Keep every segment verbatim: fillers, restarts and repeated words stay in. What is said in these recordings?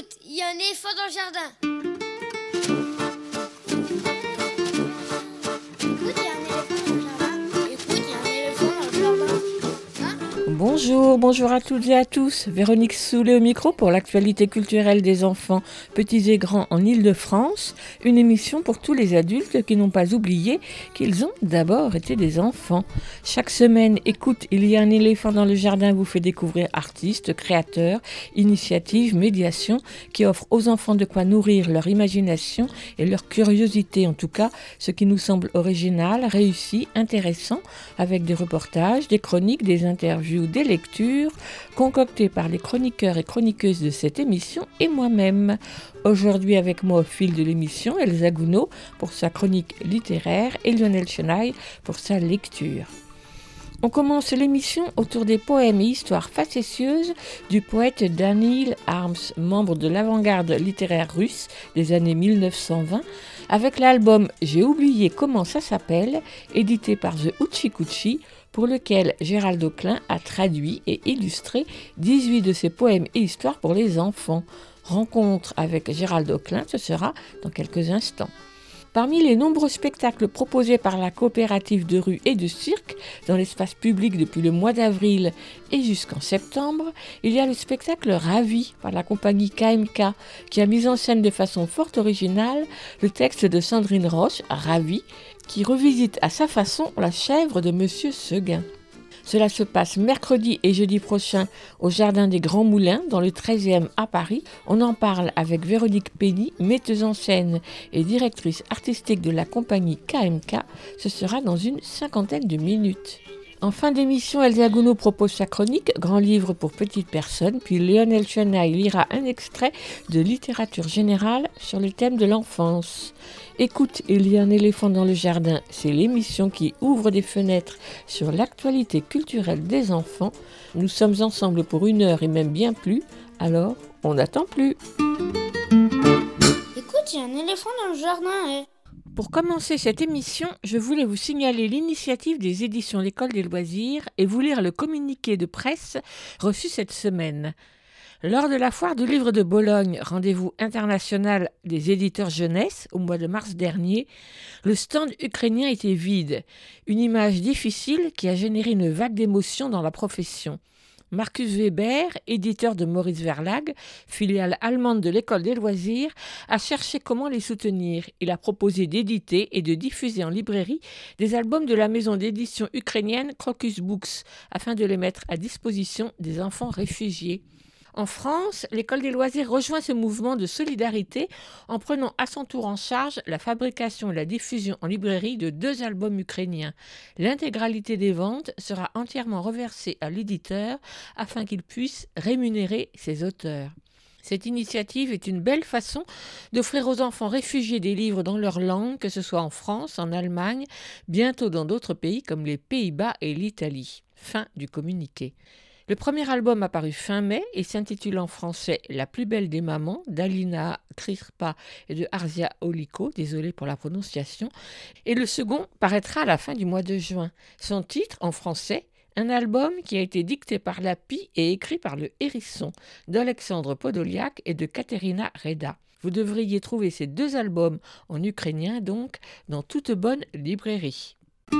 Écoute, il y a un éléphant dans le jardin. Écoute, il y a un éléphant dans le jardin. Écoute, il y a un éléphant dans le jardin. Hein? Bonjour, bonjour à toutes et à tous. Véronique Soulet au micro pour l'actualité culturelle des enfants, petits et grands en Île-de-France. Une émission pour tous les adultes qui n'ont pas oublié qu'ils ont d'abord été des enfants. Chaque semaine, écoute, il y a un éléphant dans le jardin vous fait découvrir artistes, créateurs, initiatives, médiations qui offrent aux enfants de quoi nourrir leur imagination et leur curiosité. En tout cas, ce qui nous semble original, réussi, intéressant, avec des reportages, des chroniques, des interviews, des lectures concoctées par les chroniqueurs et chroniqueuses de cette émission et moi-même. Aujourd'hui avec moi au fil de l'émission, Elsa Gounod pour sa chronique littéraire et Lionel Chenaille pour sa lecture. On commence l'émission autour des poèmes et histoires facétieuses du poète Daniil Arms, membre de l'avant-garde littéraire russe des années mille neuf cent vingt, avec l'album J'ai oublié comment ça s'appelle, édité par The Hoochie Coochie, pour lequel Gérald Auclin a traduit et illustré dix-huit de ses poèmes et histoires pour les enfants. Rencontre avec Gérald Auclin, ce sera dans quelques instants. Parmi les nombreux spectacles proposés par la coopérative de rue et de cirque dans l'espace public depuis le mois d'avril et jusqu'en septembre, il y a le spectacle Ravi par la compagnie K M K qui a mis en scène de façon fort originale le texte de Sandrine Roche, Ravi, qui revisite à sa façon la chèvre de Monsieur Seguin. Cela se passe mercredi et jeudi prochain au Jardin des Grands Moulins, dans le treizième à Paris. On en parle avec Véronique Penny, metteuse en scène et directrice artistique de la compagnie K M K. Ce sera dans une cinquantaine de minutes. En fin d'émission, Elsa Gounod propose sa chronique « Grand livre pour petites personnes », puis Lionel Chenaille lira un extrait de littérature générale sur le thème de l'enfance. Écoute, il y a un éléphant dans le jardin, c'est l'émission qui ouvre des fenêtres sur l'actualité culturelle des enfants. Nous sommes ensemble pour une heure et même bien plus, alors on n'attend plus. Écoute, il y a un éléphant dans le jardin. Eh. Pour commencer cette émission, je voulais vous signaler l'initiative des éditions L'École des loisirs et vous lire le communiqué de presse reçu cette semaine. Lors de la foire du livre de Bologne, rendez-vous international des éditeurs jeunesse au mois de mars dernier, le stand ukrainien était vide. Une image difficile qui a généré une vague d'émotion dans la profession. Marcus Weber, éditeur de Maurice Verlag, filiale allemande de l'École des loisirs, a cherché comment les soutenir. Il a proposé d'éditer et de diffuser en librairie des albums de la maison d'édition ukrainienne Crocus Books, afin de les mettre à disposition des enfants réfugiés. En France, l'École des loisirs rejoint ce mouvement de solidarité en prenant à son tour en charge la fabrication et la diffusion en librairie de deux albums ukrainiens. L'intégralité des ventes sera entièrement reversée à l'éditeur afin qu'il puisse rémunérer ses auteurs. Cette initiative est une belle façon d'offrir aux enfants réfugiés des livres dans leur langue, que ce soit en France, en Allemagne, bientôt dans d'autres pays comme les Pays-Bas et l'Italie. Fin du communiqué. Le premier album a paru fin mai et s'intitule en français « La plus belle des mamans » d'Alina Krirpa et de Arzia Oliko, désolé pour la prononciation, et le second paraîtra à la fin du mois de juin. Son titre, en français, un album qui a été dicté par la Pie et écrit par le Hérisson d'Alexandre Podoliak et de Katerina Reda. Vous devriez trouver ces deux albums en ukrainien donc dans toute bonne librairie.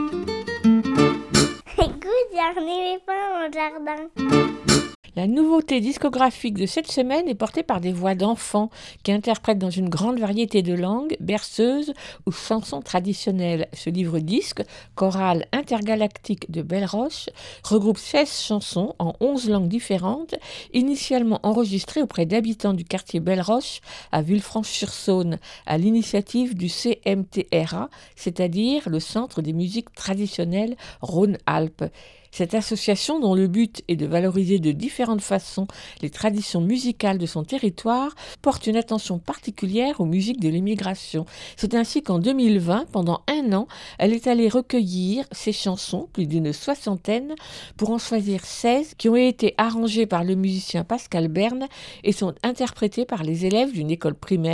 Écoute, il y a un éléphant dans le jardin. La nouveauté discographique de cette semaine est portée par des voix d'enfants qui interprètent dans une grande variété de langues, berceuses ou chansons traditionnelles. Ce livre-disque, Chorale intergalactique de Belleroche, regroupe seize chansons en onze langues différentes, initialement enregistrées auprès d'habitants du quartier Belleroche à Villefranche-sur-Saône, à l'initiative du C M T R A, c'est-à-dire le Centre des musiques traditionnelles Rhône-Alpes. Cette association, dont le but est de valoriser de différentes façons les traditions musicales de son territoire, porte une attention particulière aux musiques de l'immigration. C'est ainsi qu'en deux mille vingt, pendant un an, elle est allée recueillir ces chansons, plus d'une soixantaine, pour en choisir seize qui ont été arrangées par le musicien Pascal Berne et sont interprétées par les élèves d'une école primaire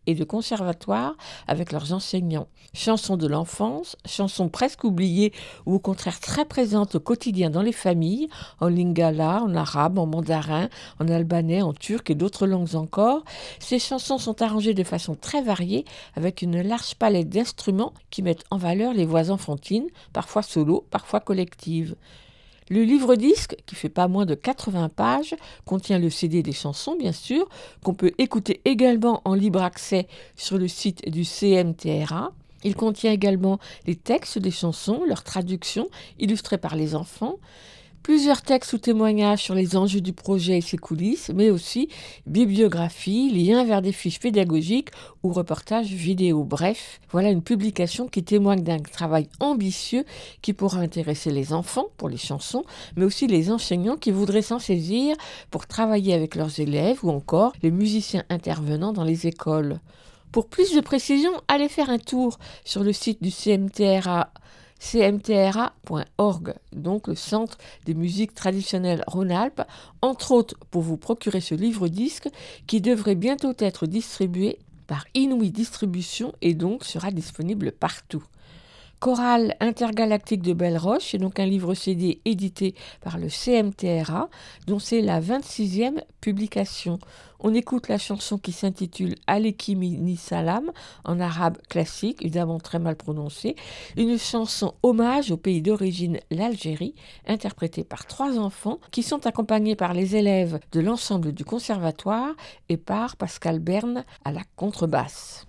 et de conservatoire avec leurs enseignants. Chansons de l'enfance, chansons presque oubliées ou au contraire très présentes au quotidien dans les familles, en lingala, en arabe, en mandarin, en albanais, en turc et d'autres langues encore. Ces chansons sont arrangées de façon très variée avec une large palette d'instruments qui mettent en valeur les voix enfantines, parfois solo, parfois collectives. Le livre-disque, qui fait pas moins de quatre-vingts pages, contient le C D des chansons, bien sûr, qu'on peut écouter également en libre accès sur le site du C M T R A. Il contient également les textes des chansons, leurs traductions, illustrées par les enfants, plusieurs textes ou témoignages sur les enjeux du projet et ses coulisses, mais aussi bibliographie, liens vers des fiches pédagogiques ou reportages vidéo. Bref, voilà une publication qui témoigne d'un travail ambitieux qui pourra intéresser les enfants pour les chansons, mais aussi les enseignants qui voudraient s'en saisir pour travailler avec leurs élèves ou encore les musiciens intervenant dans les écoles. Pour plus de précisions, allez faire un tour sur le site du C M T R A, c m t r a point org, donc le Centre des musiques traditionnelles Rhône-Alpes, entre autres pour vous procurer ce livre-disque qui devrait bientôt être distribué par Inouï Distribution et donc sera disponible partout. Chorale intergalactique de Belle-Roche est donc un livre C D édité par le C M T R A, dont c'est la vingt-sixième publication. On écoute la chanson qui s'intitule Alekimini Salam, en arabe classique, évidemment très mal prononcé, une chanson hommage au pays d'origine, l'Algérie, interprétée par trois enfants qui sont accompagnés par les élèves de l'ensemble du conservatoire et par Pascal Berne à la contrebasse.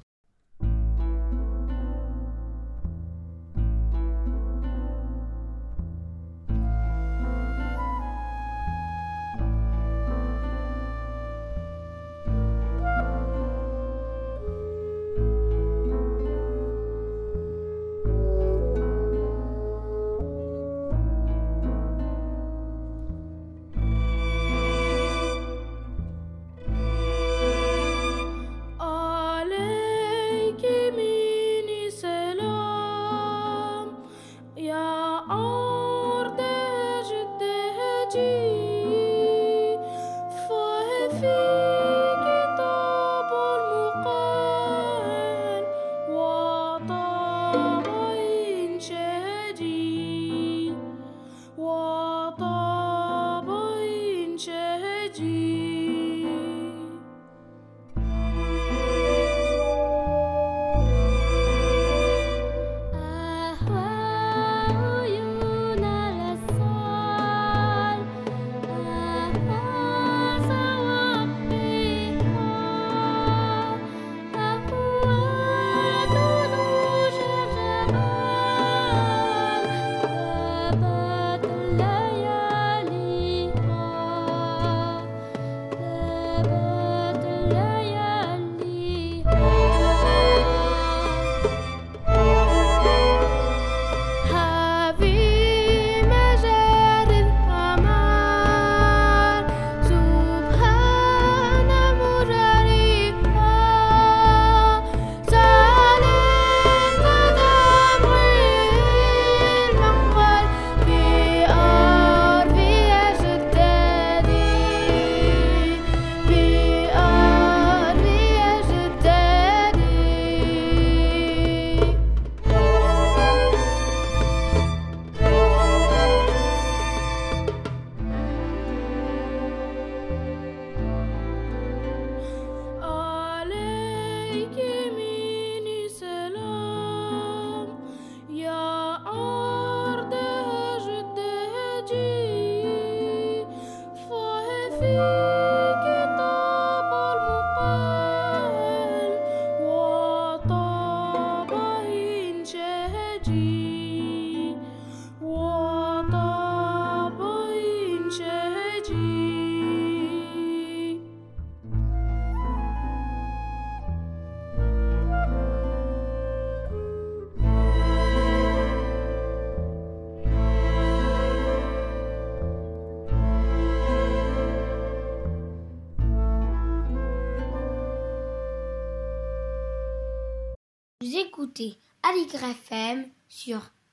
Vous écoutez Aligre F M sur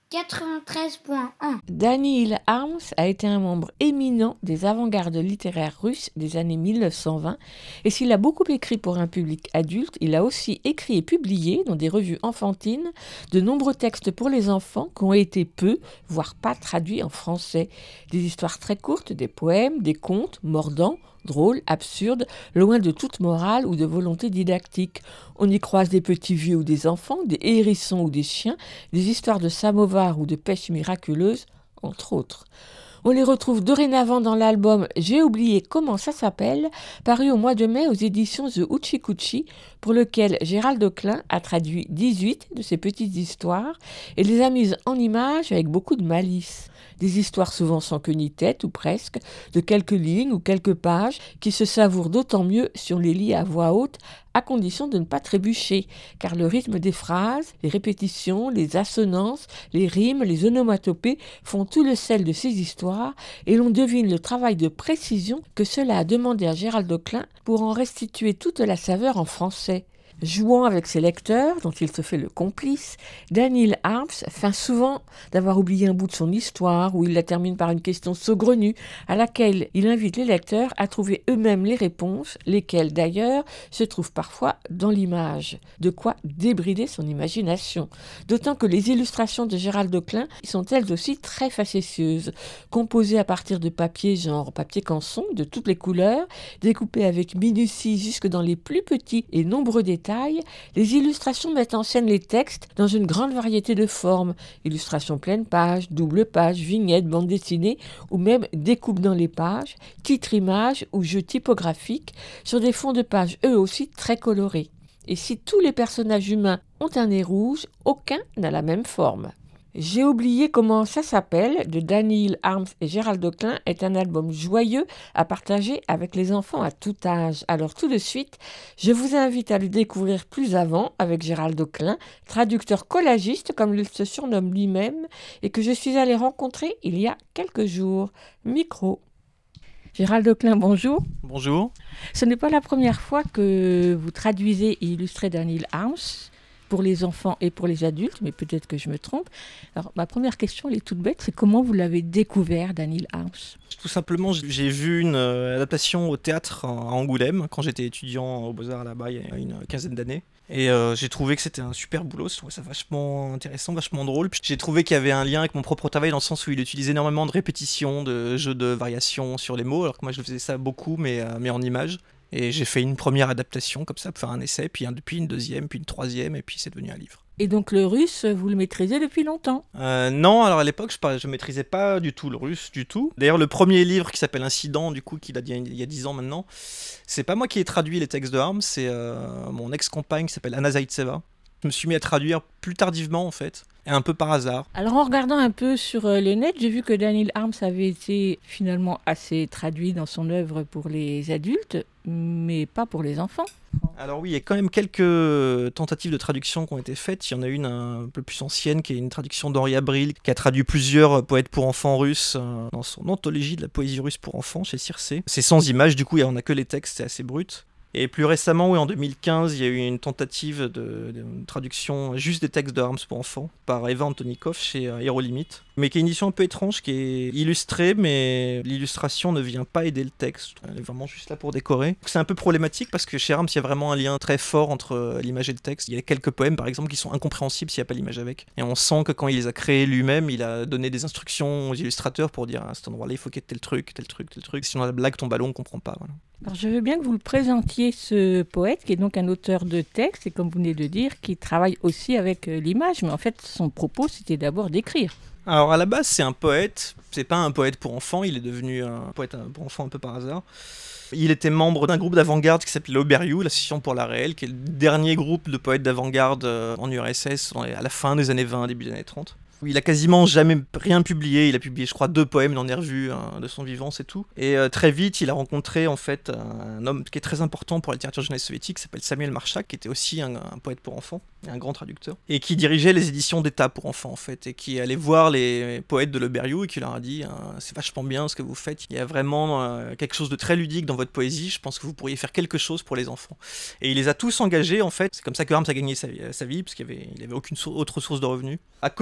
quatre-vingt-treize point un. Daniil Arms a été un membre éminent des avant-gardes littéraires russes des années mille neuf cent vingt et s'il a beaucoup écrit pour un public adulte, il a aussi écrit et publié dans des revues enfantines de nombreux textes pour les enfants qui ont été peu, voire pas traduits en français. Des histoires très courtes, des poèmes, des contes, mordants, drôles, absurdes, loin de toute morale ou de volonté didactique. On y croise des petits vieux ou des enfants, des hérissons ou des chiens, des histoires de samovar ou de pêche miraculeuse, entre autres. On les retrouve dorénavant dans l'album J'ai oublié comment ça s'appelle, paru au mois de mai aux éditions The Hoochie-Coochie, pour lequel Gérald Auclin a traduit dix-huit de ces petites histoires et les a mises en images avec beaucoup de malice. Des histoires souvent sans queue ni tête, ou presque, de quelques lignes ou quelques pages, qui se savourent d'autant mieux si on les lit à voix haute, à condition de ne pas trébucher, car le rythme des phrases, les répétitions, les assonances, les rimes, les onomatopées font tout le sel de ces histoires, et l'on devine le travail de précision que cela a demandé à Gérald Auclin pour en restituer toute la saveur en français. Jouant avec ses lecteurs, dont il se fait le complice, Daniil Arms feint souvent d'avoir oublié un bout de son histoire, où il la termine par une question saugrenue, à laquelle il invite les lecteurs à trouver eux-mêmes les réponses, lesquelles d'ailleurs se trouvent parfois dans l'image. De quoi débrider son imagination. D'autant que les illustrations de Gérald Auclin sont elles aussi très facétieuses, composées à partir de papier genre papier canson, de toutes les couleurs, découpées avec minutie jusque dans les plus petits et nombreux détails. Les illustrations mettent en scène les textes dans une grande variété de formes, illustrations pleine page, double page, vignettes, bande dessinée ou même découpe dans les pages, titres-images ou jeux typographiques sur des fonds de pages eux aussi très colorés. Et si tous les personnages humains ont un nez rouge, aucun n'a la même forme. J'ai oublié comment ça s'appelle, de Daniil Arms et Gérald Auclin, est un album joyeux à partager avec les enfants à tout âge. Alors tout de suite, je vous invite à le découvrir plus avant avec Gérald Auclin, traducteur collagiste comme il se surnomme lui-même, et que je suis allée rencontrer il y a quelques jours. Micro. Gérald Auclin, bonjour. Bonjour. Ce n'est pas la première fois que vous traduisez et illustrez Daniil Arms pour les enfants et pour les adultes, mais peut-être que je me trompe. Alors, ma première question, elle est toute bête, c'est comment vous l'avez découvert, Daniil Arms ? Tout simplement, j'ai vu une euh, adaptation au théâtre à Angoulême, quand j'étais étudiant aux Beaux-Arts là-bas, il y a une quinzaine d'années. Et euh, j'ai trouvé que c'était un super boulot, je trouvais ça vachement intéressant, vachement drôle. Puis j'ai trouvé qu'il y avait un lien avec mon propre travail dans le sens où il utilisait énormément de répétitions, de jeux de variations sur les mots, alors que moi je faisais ça beaucoup, mais, euh, mais en images. Et j'ai fait une première adaptation comme ça pour faire un essai, puis, un, puis une deuxième, puis une troisième, et puis c'est devenu un livre. Et donc le russe, vous le maîtrisez depuis longtemps ? euh, Non, alors à l'époque, je ne maîtrisais pas du tout le russe, du tout. D'ailleurs, le premier livre qui s'appelle Incident, du coup, qui date il y a dix ans maintenant, c'est pas moi qui ai traduit les textes de Arms, c'est euh, mon ex-compagne qui s'appelle Anna Zaitseva. Je me suis mis à traduire plus tardivement, en fait, et un peu par hasard. Alors en regardant un peu sur euh, le net, j'ai vu que Daniil Arms avait été finalement assez traduit dans son œuvre pour les adultes, mais pas pour les enfants. Alors oui, il y a quand même quelques tentatives de traduction qui ont été faites. Il y en a une un peu plus ancienne, qui est une traduction d'Henri Abril, qui a traduit plusieurs poètes pour enfants russes euh, dans son anthologie de la poésie russe pour enfants chez Circé. C'est sans images, du coup, on n'a que les textes, c'est assez brut. Et plus récemment, oui, en deux mille quinze, il y a eu une tentative de, de traduction juste des textes de Arms pour enfants par Eva Antonikov chez euh, Hero Limit, mais qui est une édition un peu étrange, qui est illustrée, mais l'illustration ne vient pas aider le texte. Elle est vraiment juste là pour décorer. Donc c'est un peu problématique parce que chez Arms, il y a vraiment un lien très fort entre l'image et le texte. Il y a quelques poèmes, par exemple, qui sont incompréhensibles s'il n'y a pas l'image avec. Et on sent que quand il les a créés lui-même, il a donné des instructions aux illustrateurs pour dire à cet endroit-là, il faut qu'il y ait tel truc, tel truc, tel truc. Sinon la blague tombe à l'eau, on ne comprend pas. Voilà. Alors je veux bien que vous le présentiez, ce poète, qui est donc un auteur de texte, et comme vous venez de dire, qui travaille aussi avec euh, l'image, mais en fait son propos c'était d'abord d'écrire. Alors à la base c'est un poète, c'est pas un poète pour enfants, il est devenu un poète pour enfants un peu par hasard. Il était membre d'un groupe d'avant-garde qui s'appelait l'Oberju, l'Association pour la réelle, qui est le dernier groupe de poètes d'avant-garde en U R S S à la fin des années vingt, début des années trente. Il a quasiment jamais rien publié, il a publié je crois deux poèmes dans des revues hein, de son vivant, c'est tout. Et euh, très vite il a rencontré en fait un homme qui est très important pour la littérature jeunesse soviétique, qui s'appelle Samuel Marchak, qui était aussi un, un poète pour enfants, un grand traducteur, et qui dirigeait les éditions d'État pour enfants en fait, et qui allait voir les poètes de l'Oberju et qui leur a dit hein, c'est vachement bien ce que vous faites, il y a vraiment euh, quelque chose de très ludique dans votre poésie, je pense que vous pourriez faire quelque chose pour les enfants. Et il les a tous engagés en fait, c'est comme ça que Arms a gagné sa, sa vie, parce qu'il n'y avait, il avait aucune so- autre source de revenus. À côté de ça,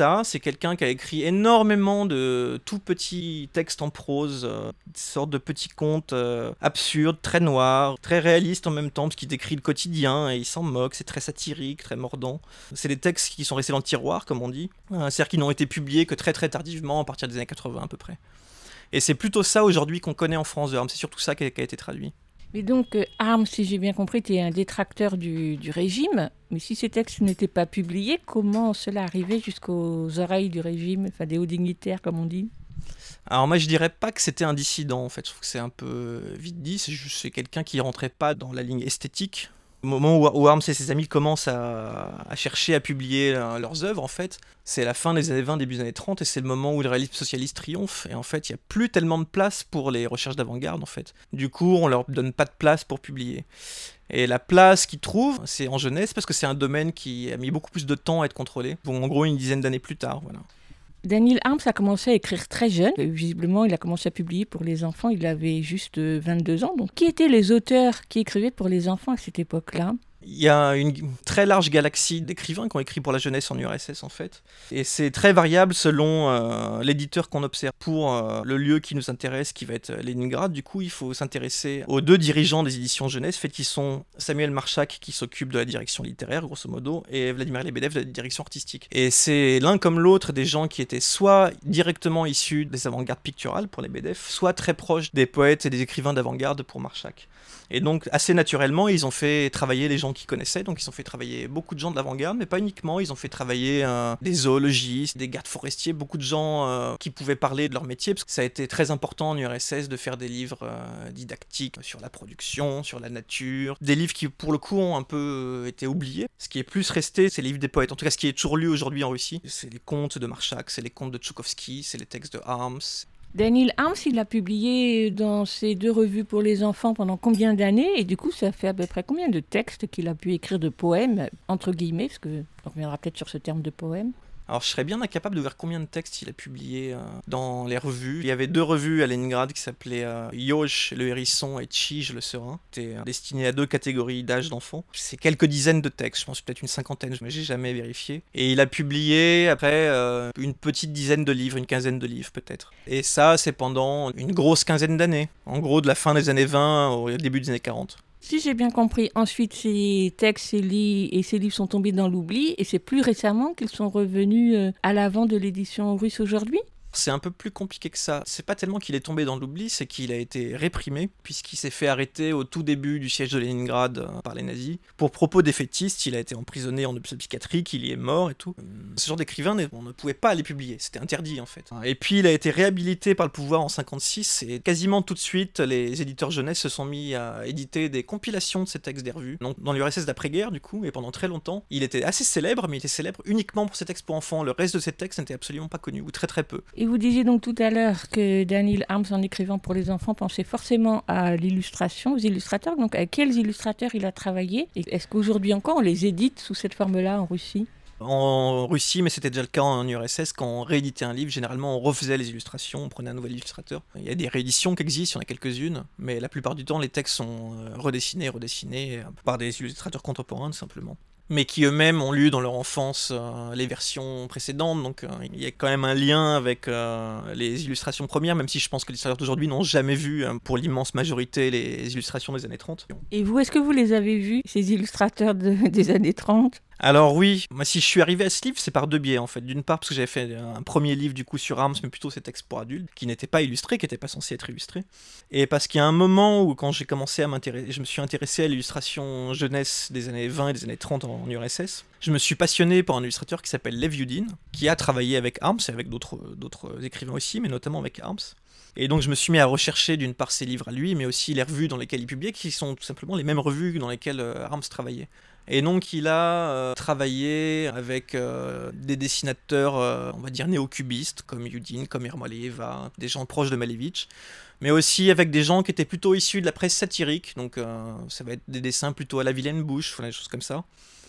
là, c'est quelqu'un qui a écrit énormément de tout petits textes en prose, euh, des sortes de petits contes euh, absurdes, très noirs, très réalistes en même temps, parce qu'il décrit le quotidien et il s'en moque, c'est très satirique, très mordant. C'est des textes qui sont restés dans le tiroir, comme on dit, euh, c'est-à-dire qu'ils n'ont été publiés que très très tardivement, à partir des années quatre-vingts à peu près. Et c'est plutôt ça aujourd'hui qu'on connaît en France de Harms, c'est surtout ça qui a, qui a été traduit. Mais donc, euh, Harms, si j'ai bien compris, tu es un détracteur du, du régime. Mais si ces textes n'étaient pas publiés, comment cela arrivait jusqu'aux oreilles du régime, enfin des hauts dignitaires, comme on dit ? Alors moi je dirais pas que c'était un dissident en fait, je trouve que c'est un peu vite dit, c'est juste c'est quelqu'un qui rentrait pas dans la ligne esthétique. Au moment où, où Harms et ses amis commencent à, à chercher à publier euh, leurs œuvres, en fait, c'est la fin des années vingt, début des années trente, et c'est le moment où le réalisme socialiste triomphe, et en fait, il n'y a plus tellement de place pour les recherches d'avant-garde, en fait. Du coup, on leur donne pas de place pour publier. Et la place qu'ils trouvent, c'est en jeunesse, parce que c'est un domaine qui a mis beaucoup plus de temps à être contrôlé. Bon, en gros, une dizaine d'années plus tard, voilà. Daniel Harms a commencé à écrire très jeune. Visiblement, il a commencé à publier pour les enfants. Il avait juste vingt-deux ans. Donc, qui étaient les auteurs qui écrivaient pour les enfants à cette époque-là ? Il y a une très large galaxie d'écrivains qui ont écrit pour la jeunesse en U R S S en fait. Et c'est très variable selon euh, l'éditeur qu'on observe. Pour euh, le lieu qui nous intéresse, qui va être Leningrad, du coup il faut s'intéresser aux deux dirigeants des éditions jeunesse, fait, qui sont Samuel Marchak qui s'occupe de la direction littéraire grosso modo, et Vladimir Lebedev de la direction artistique. Et c'est l'un comme l'autre des gens qui étaient soit directement issus des avant-gardes picturales pour Lebedev, soit très proches des poètes et des écrivains d'avant-garde pour Marchak. Et donc, assez naturellement, ils ont fait travailler les gens qu'ils connaissaient. Donc, ils ont fait travailler beaucoup de gens de l'avant-garde, mais pas uniquement. Ils ont fait travailler euh, des zoologistes, des gardes forestiers, beaucoup de gens euh, qui pouvaient parler de leur métier. Parce que ça a été très important en U R S S de faire des livres euh, didactiques sur la production, sur la nature. Des livres qui, pour le coup, ont un peu été oubliés. Ce qui est plus resté, c'est les livres des poètes. En tout cas, ce qui est toujours lu aujourd'hui en Russie, c'est les contes de Marchak, c'est les contes de Tchoukovsky, c'est les textes de Harms. Daniel Harms, il a publié dans ces deux revues pour les enfants pendant combien d'années ? Et du coup, ça fait à peu près combien de textes qu'il a pu écrire de poèmes, entre guillemets, parce qu'on reviendra peut-être sur ce terme de poème. Alors je serais bien incapable de voir combien de textes il a publié euh, dans les revues. Il y avait deux revues à Leningrad qui s'appelaient euh, Yosh, le hérisson, et Tchij, le serein. C'était euh, destiné à deux catégories d'âge d'enfants. C'est quelques dizaines de textes, je pense peut-être une cinquantaine, mais j'ai jamais vérifié. Et il a publié après euh, une petite dizaine de livres, une quinzaine de livres peut-être. Et ça, c'est pendant une grosse quinzaine d'années. En gros, de la fin des années vingt au début des années quarante. Si j'ai bien compris, ensuite ces textes ces li- et ces livres sont tombés dans l'oubli et c'est plus récemment qu'ils sont revenus euh, à l'avant de l'édition russe aujourd'hui ? C'est un peu plus compliqué que ça. C'est pas tellement qu'il est tombé dans l'oubli, c'est qu'il a été réprimé, puisqu'il s'est fait arrêter au tout début du siège de Leningrad euh, par les nazis. Pour propos défaitistes, il a été emprisonné en hôpital psychiatrique, il y est mort et tout. Ce genre d'écrivain, on ne pouvait pas les publier, c'était interdit en fait. Et puis il a été réhabilité par le pouvoir en cinquante-six, et quasiment tout de suite, les éditeurs jeunesse se sont mis à éditer des compilations de ces textes des revues. Donc dans l'U R S S d'après-guerre, du coup, et pendant très longtemps, il était assez célèbre, mais il était célèbre uniquement pour ses textes pour enfants. Le reste de ses textes n'était absolument pas connu, ou très très peu. Et vous disiez donc tout à l'heure que Daniel Harms, en écrivant pour les enfants, pensait forcément à l'illustration, aux illustrateurs. Donc, à quels illustrateurs il a travaillé ? Et est-ce qu'aujourd'hui encore, on les édite sous cette forme-là en Russie ? En Russie, mais c'était déjà le cas en U R S S, quand on rééditait un livre, généralement on refaisait les illustrations, on prenait un nouvel illustrateur. Il y a des rééditions qui existent, il y en a quelques-unes, mais la plupart du temps, les textes sont redessinés, redessinés par des illustrateurs contemporains, tout simplement. Mais qui eux-mêmes ont lu dans leur enfance euh, les versions précédentes, donc euh, il y a quand même un lien avec euh, les illustrations premières, même si je pense que les illustrateurs d'aujourd'hui n'ont jamais vu, euh, pour l'immense majorité, les illustrations des années trente. Et vous, est-ce que vous les avez vus, ces illustrateurs de, des années trente ? Alors oui, moi si je suis arrivé à ce livre, c'est par deux biais en fait. D'une part parce que j'avais fait un premier livre du coup sur Harms, mais plutôt ces textes pour adultes, qui n'étaient pas illustrés, qui n'étaient pas censés être illustrés. Et parce qu'il y a un moment où quand j'ai commencé à m'intéresser, je me suis intéressé à l'illustration jeunesse des années vingt et des années trente en, en U R S S, je me suis passionné par un illustrateur qui s'appelle Lev Yudin, qui a travaillé avec Harms et avec d'autres, d'autres écrivains aussi, mais notamment avec Harms. Et donc je me suis mis à rechercher d'une part ses livres à lui, mais aussi les revues dans lesquelles il publiait, qui sont tout simplement les mêmes revues dans lesquelles euh, Harms travaillait. Et donc il a euh, travaillé avec euh, des dessinateurs, euh, on va dire néo-cubistes, comme Yudin, comme Ermoleva, des gens proches de Malevich, mais aussi avec des gens qui étaient plutôt issus de la presse satirique, donc euh, ça va être des dessins plutôt à la Vilaine Bouche, voilà, des choses comme ça.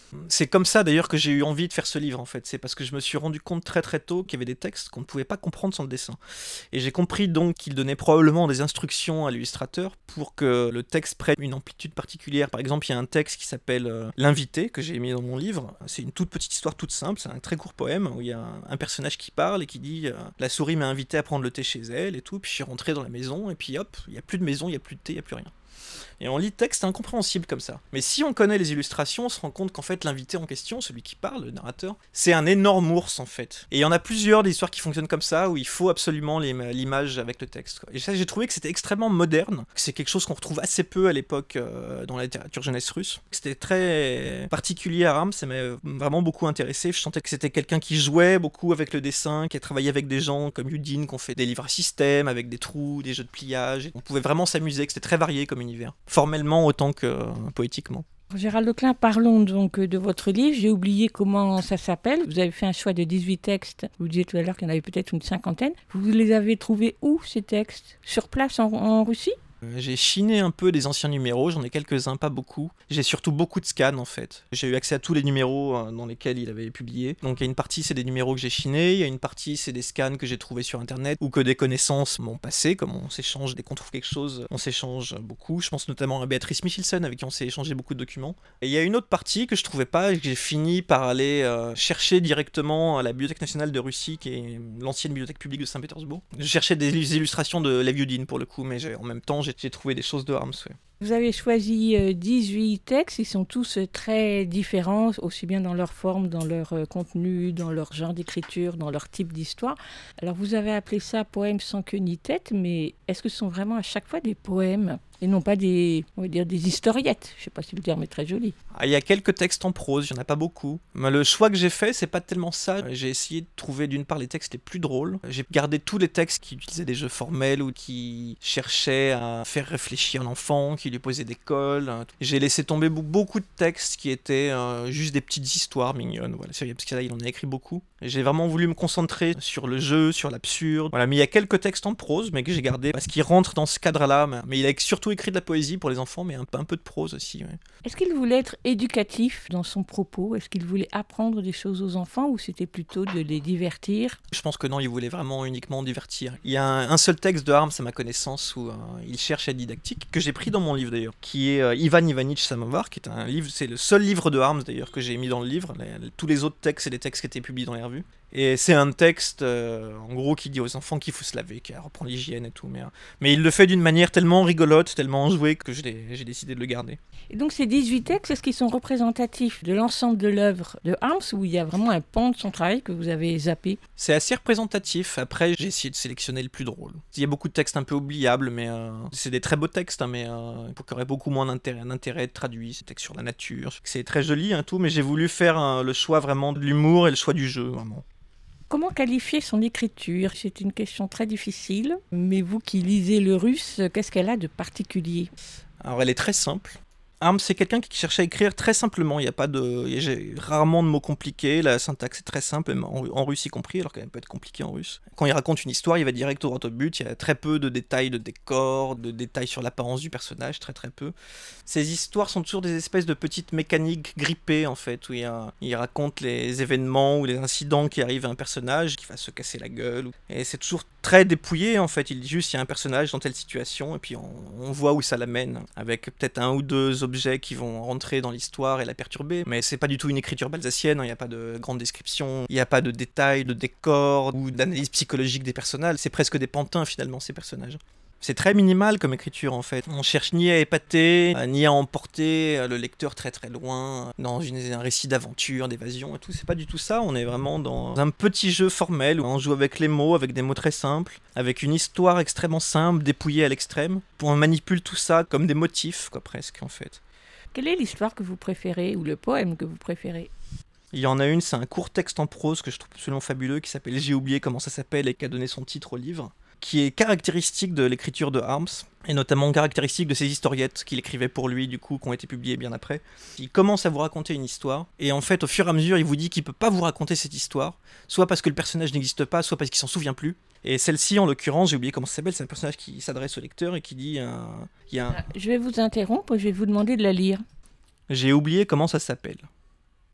C'est comme ça d'ailleurs que j'ai eu envie de faire ce livre en fait, c'est parce que je me suis rendu compte très très tôt qu'il y avait des textes qu'on ne pouvait pas comprendre sans le dessin. Et j'ai compris donc qu'il donnait probablement des instructions à l'illustrateur pour que le texte prenne une amplitude particulière. Par exemple, il y a un texte qui s'appelle euh, L'invité, que j'ai mis dans mon livre. C'est une toute petite histoire toute simple, c'est un très court poème où il y a un, un personnage qui parle et qui dit euh, « La souris m'a invité à prendre le thé chez elle » et tout, puis je suis rentré dans la maison et puis hop, il n'y a plus de maison, il n'y a plus de thé, il n'y a plus rien. Et on lit le texte incompréhensible comme ça. Mais si on connaît les illustrations, on se rend compte qu'en fait l'invité en question, celui qui parle, le narrateur, c'est un énorme ours en fait. Et il y en a plusieurs des histoires qui fonctionnent comme ça, où il faut absolument les, l'image avec le texte, quoi. Et ça, j'ai trouvé que c'était extrêmement moderne, que c'est quelque chose qu'on retrouve assez peu à l'époque euh, dans la littérature jeunesse russe. C'était très particulier à Harms, ça m'a vraiment beaucoup intéressé. Je sentais que c'était quelqu'un qui jouait beaucoup avec le dessin, qui a travaillé avec des gens comme Yudin, qui ont fait des livres à système, avec des trous, des jeux de pliage. Et on pouvait vraiment s'amuser, que c'était très varié comme univers. Formellement autant que euh, poétiquement. Gérald Leclerc, parlons donc de votre livre. J'ai oublié comment ça s'appelle. Vous avez fait un choix de dix-huit textes. Vous disiez tout à l'heure qu'il y en avait peut-être une cinquantaine. Vous les avez trouvés où, ces textes ? Sur place en, en Russie ? J'ai chiné un peu des anciens numéros, j'en ai quelques-uns, pas beaucoup. J'ai surtout beaucoup de scans en fait. J'ai eu accès à tous les numéros euh, dans lesquels il avait publié. Donc il y a une partie c'est des numéros que j'ai chinés, il y a une partie c'est des scans que j'ai trouvés sur internet ou que des connaissances m'ont passé, comme on s'échange dès qu'on trouve quelque chose, on s'échange beaucoup. Je pense notamment à Béatrice Michelson avec qui on s'est échangé beaucoup de documents. Et il y a une autre partie que je trouvais pas et que j'ai fini par aller euh, chercher directement à la Bibliothèque nationale de Russie, qui est l'ancienne bibliothèque publique de Saint-Pétersbourg. Je cherchais des illustrations de Lev Yudin pour le coup, mais j'ai, en même temps j'ai j'ai trouvé des choses de Harms. Ouais. Vous avez choisi euh, dix-huit textes, ils sont tous euh, très différents, aussi bien dans leur forme, dans leur euh, contenu, dans leur genre d'écriture, dans leur type d'histoire. Alors vous avez appelé ça poème sans queue ni tête, mais est-ce que ce sont vraiment à chaque fois des poèmes et non pas des, on va dire, des historiettes? Je ne sais pas si le terme est très joli. Ah, il y a quelques textes en prose, il n'y en a pas beaucoup. Mais le choix que j'ai fait, c'est pas tellement ça. J'ai essayé de trouver d'une part les textes les plus drôles. J'ai gardé tous les textes qui utilisaient des jeux formels ou qui cherchaient à faire réfléchir l'enfant, qui lui posaient des cols. J'ai laissé tomber beaucoup de textes qui étaient euh, juste des petites histoires mignonnes. Voilà, parce que là, il en a écrit beaucoup. J'ai vraiment voulu me concentrer sur le jeu, sur l'absurde. Voilà, mais il y a quelques textes en prose, mais que j'ai gardés parce qu'ils rentrent dans ce cadre-là. Mais il a surtout écrit de la poésie pour les enfants, mais un, un peu de prose aussi. Ouais. Est-ce qu'il voulait être éducatif dans son propos? Est-ce qu'il voulait apprendre des choses aux enfants ou c'était plutôt de les divertir? Je pense que non, il voulait vraiment uniquement divertir. Il y a un, un seul texte de Harms, à ma connaissance, où euh, il cherche à être didactique, que j'ai pris dans mon livre d'ailleurs, qui est euh, Ivan Ivanitch Samovar, qui est un livre, c'est le seul livre de Harms d'ailleurs que j'ai mis dans le livre. Les, tous les autres textes, c'est des textes qui étaient publiés dans les revues. Et c'est un texte, euh, en gros, qui dit aux enfants qu'il faut se laver, qui reprend l'hygiène et tout. Mais, euh, mais il le fait d'une manière tellement rigolote, tellement enjouée, que je l'ai, j'ai décidé de le garder. Et donc ces dix-huit textes, est-ce qu'ils sont représentatifs de l'ensemble de l'œuvre de Harms, où il y a vraiment un pan de son travail que vous avez zappé? C'est assez représentatif. Après, j'ai essayé de sélectionner le plus drôle. Il y a beaucoup de textes un peu oubliables, mais euh, c'est des très beaux textes, hein, mais euh, qui auraient beaucoup moins d'intérêt, d'intérêt de traduire. C'est des textes sur la nature. C'est très joli, hein, tout, mais j'ai voulu faire euh, le choix vraiment de l'humour et le choix du jeu, vraiment. Comment qualifier son écriture? C'est une question très difficile, mais vous qui lisez le russe, qu'est-ce qu'elle a de particulier? Alors, elle est très simple. Harms, c'est quelqu'un qui cherche à écrire très simplement. Il n'y a pas de, il y a rarement de mots compliqués. La syntaxe est très simple, même en, en russe y compris, alors qu'elle peut être compliquée en russe. Quand il raconte une histoire, il va direct au droit au but. Il y a très peu de détails de décor, de détails sur l'apparence du personnage, très très peu. Ces histoires sont toujours des espèces de petites mécaniques grippées, en fait, où il, y a, il raconte les événements ou les incidents qui arrivent à un personnage qui va se casser la gueule. Et c'est toujours très dépouillé, en fait. Il dit juste, il y a un personnage dans telle situation, et puis on, on voit où ça l'amène, avec peut-être un ou deux objets qui vont rentrer dans l'histoire et la perturber, mais c'est pas du tout une écriture balsacienne, il n'y a pas de grande description, il n'y a pas de détails, de décors ou d'analyse psychologique des personnages, c'est presque des pantins finalement ces personnages. C'est très minimal comme écriture en fait. On cherche ni à épater, ni à emporter le lecteur très très loin dans une, un récit d'aventure, d'évasion et tout. C'est pas du tout ça. On est vraiment dans un petit jeu formel où on joue avec les mots, avec des mots très simples, avec une histoire extrêmement simple, dépouillée à l'extrême. On manipule tout ça comme des motifs, quoi, presque en fait. Quelle est l'histoire que vous préférez ou le poème que vous préférez? Il y en a une, c'est un court texte en prose que je trouve absolument fabuleux qui s'appelle « J'ai oublié comment ça s'appelle » et qui a donné son titre au livre, qui est caractéristique de l'écriture de Harms, et notamment caractéristique de ses historiettes qu'il écrivait pour lui, du coup, qui ont été publiées bien après. Il commence à vous raconter une histoire, et en fait, au fur et à mesure, il vous dit qu'il peut pas vous raconter cette histoire, soit parce que le personnage n'existe pas, soit parce qu'il s'en souvient plus. Et celle-ci, en l'occurrence, j'ai oublié comment ça s'appelle, c'est un personnage qui s'adresse au lecteur et qui dit... Euh, y a un... Je vais vous interrompre, je vais vous demander de la lire. J'ai oublié comment ça s'appelle.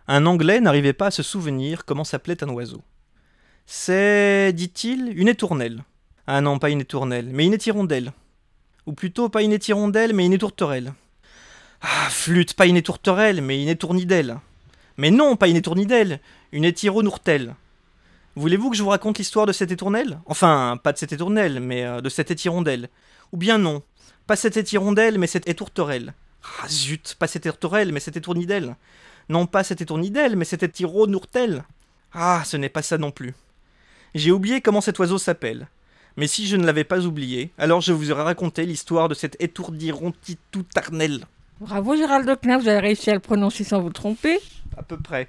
Un Anglais n'arrivait pas à se souvenir comment s'appelait un oiseau. C'est, dit-il, une étournelle. Ah non, pas une étournelle, mais une étirondelle. Ou plutôt, pas une étirondelle, mais une étourterelle. Ah, flûte, pas une étourterelle, mais une étournidelle. Mais non, pas une étournidelle, une étironourtelle. Voulez-vous que je vous raconte l'histoire de cette étournelle ? Enfin, pas de cette étournelle, mais euh, de cette étirondelle. Ou bien non, pas cette étirondelle, mais cette étourterelle. Ah zut, pas cette étourterelle, mais cette étournidelle. Non pas cette étournidelle, mais cette étironourtelle. Ah, ce n'est pas ça non plus. J'ai oublié comment cet oiseau s'appelle. Mais si je ne l'avais pas oublié, alors je vous aurais raconté l'histoire de cette étourdirontitoutarnelle. Bravo Gérald Auquelin, vous avez réussi à le prononcer sans vous tromper. À peu près.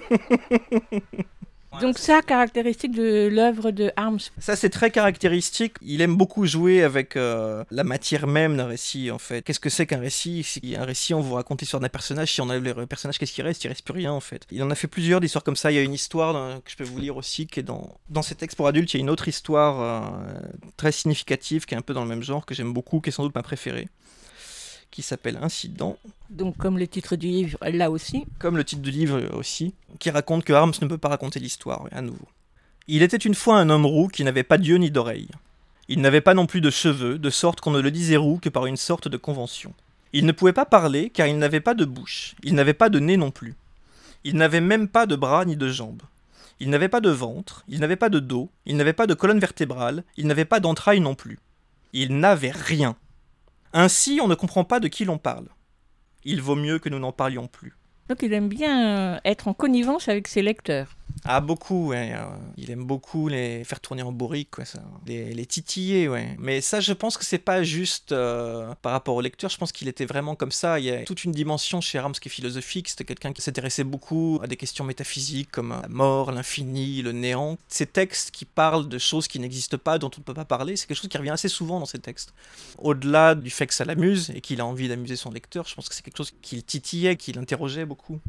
Donc ça, caractéristique de l'œuvre de Harms. Ça, c'est très caractéristique. Il aime beaucoup jouer avec euh, la matière même d'un récit, en fait. Qu'est-ce que c'est qu'un récit ? Si un récit, on vous raconte l'histoire d'un personnage. Si on enlève le personnage, qu'est-ce qui reste ? Il reste plus rien, en fait. Il en a fait plusieurs d'histoires comme ça. Il y a une histoire euh, que je peux vous lire aussi, qui est dans, dans ses textes pour adultes. Il y a une autre histoire euh, très significative, qui est un peu dans le même genre, que j'aime beaucoup, qui est sans doute ma préférée, qui s'appelle Incident. Donc comme le titre du livre, là aussi. Comme le titre du livre aussi, qui raconte que Harms ne peut pas raconter l'histoire, à nouveau. Il était une fois un homme roux qui n'avait pas d'yeux ni d'oreilles. Il n'avait pas non plus de cheveux, de sorte qu'on ne le disait roux que par une sorte de convention. Il ne pouvait pas parler car il n'avait pas de bouche, il n'avait pas de nez non plus. Il n'avait même pas de bras ni de jambes. Il n'avait pas de ventre, il n'avait pas de dos, il n'avait pas de colonne vertébrale, il n'avait pas d'entrailles non plus. Il n'avait rien. Ainsi, on ne comprend pas de qui l'on parle. Il vaut mieux que nous n'en parlions plus. Donc il aime bien euh, être en connivence avec ses lecteurs. Ah, beaucoup, ouais. Euh, il aime beaucoup les faire tourner en bourrique, quoi, ça. Les, les titiller, ouais. Mais ça, je pense que c'est pas juste euh, par rapport au lecteur, je pense qu'il était vraiment comme ça. Il y a toute une dimension chez Harms qui est philosophique. C'était quelqu'un qui s'intéressait beaucoup à des questions métaphysiques comme la mort, l'infini, le néant. Ces textes qui parlent de choses qui n'existent pas, dont on ne peut pas parler, c'est quelque chose qui revient assez souvent dans ces textes. Au-delà du fait que ça l'amuse et qu'il a envie d'amuser son lecteur, je pense que c'est quelque chose qui le titillait, qui l'interrogeait beaucoup.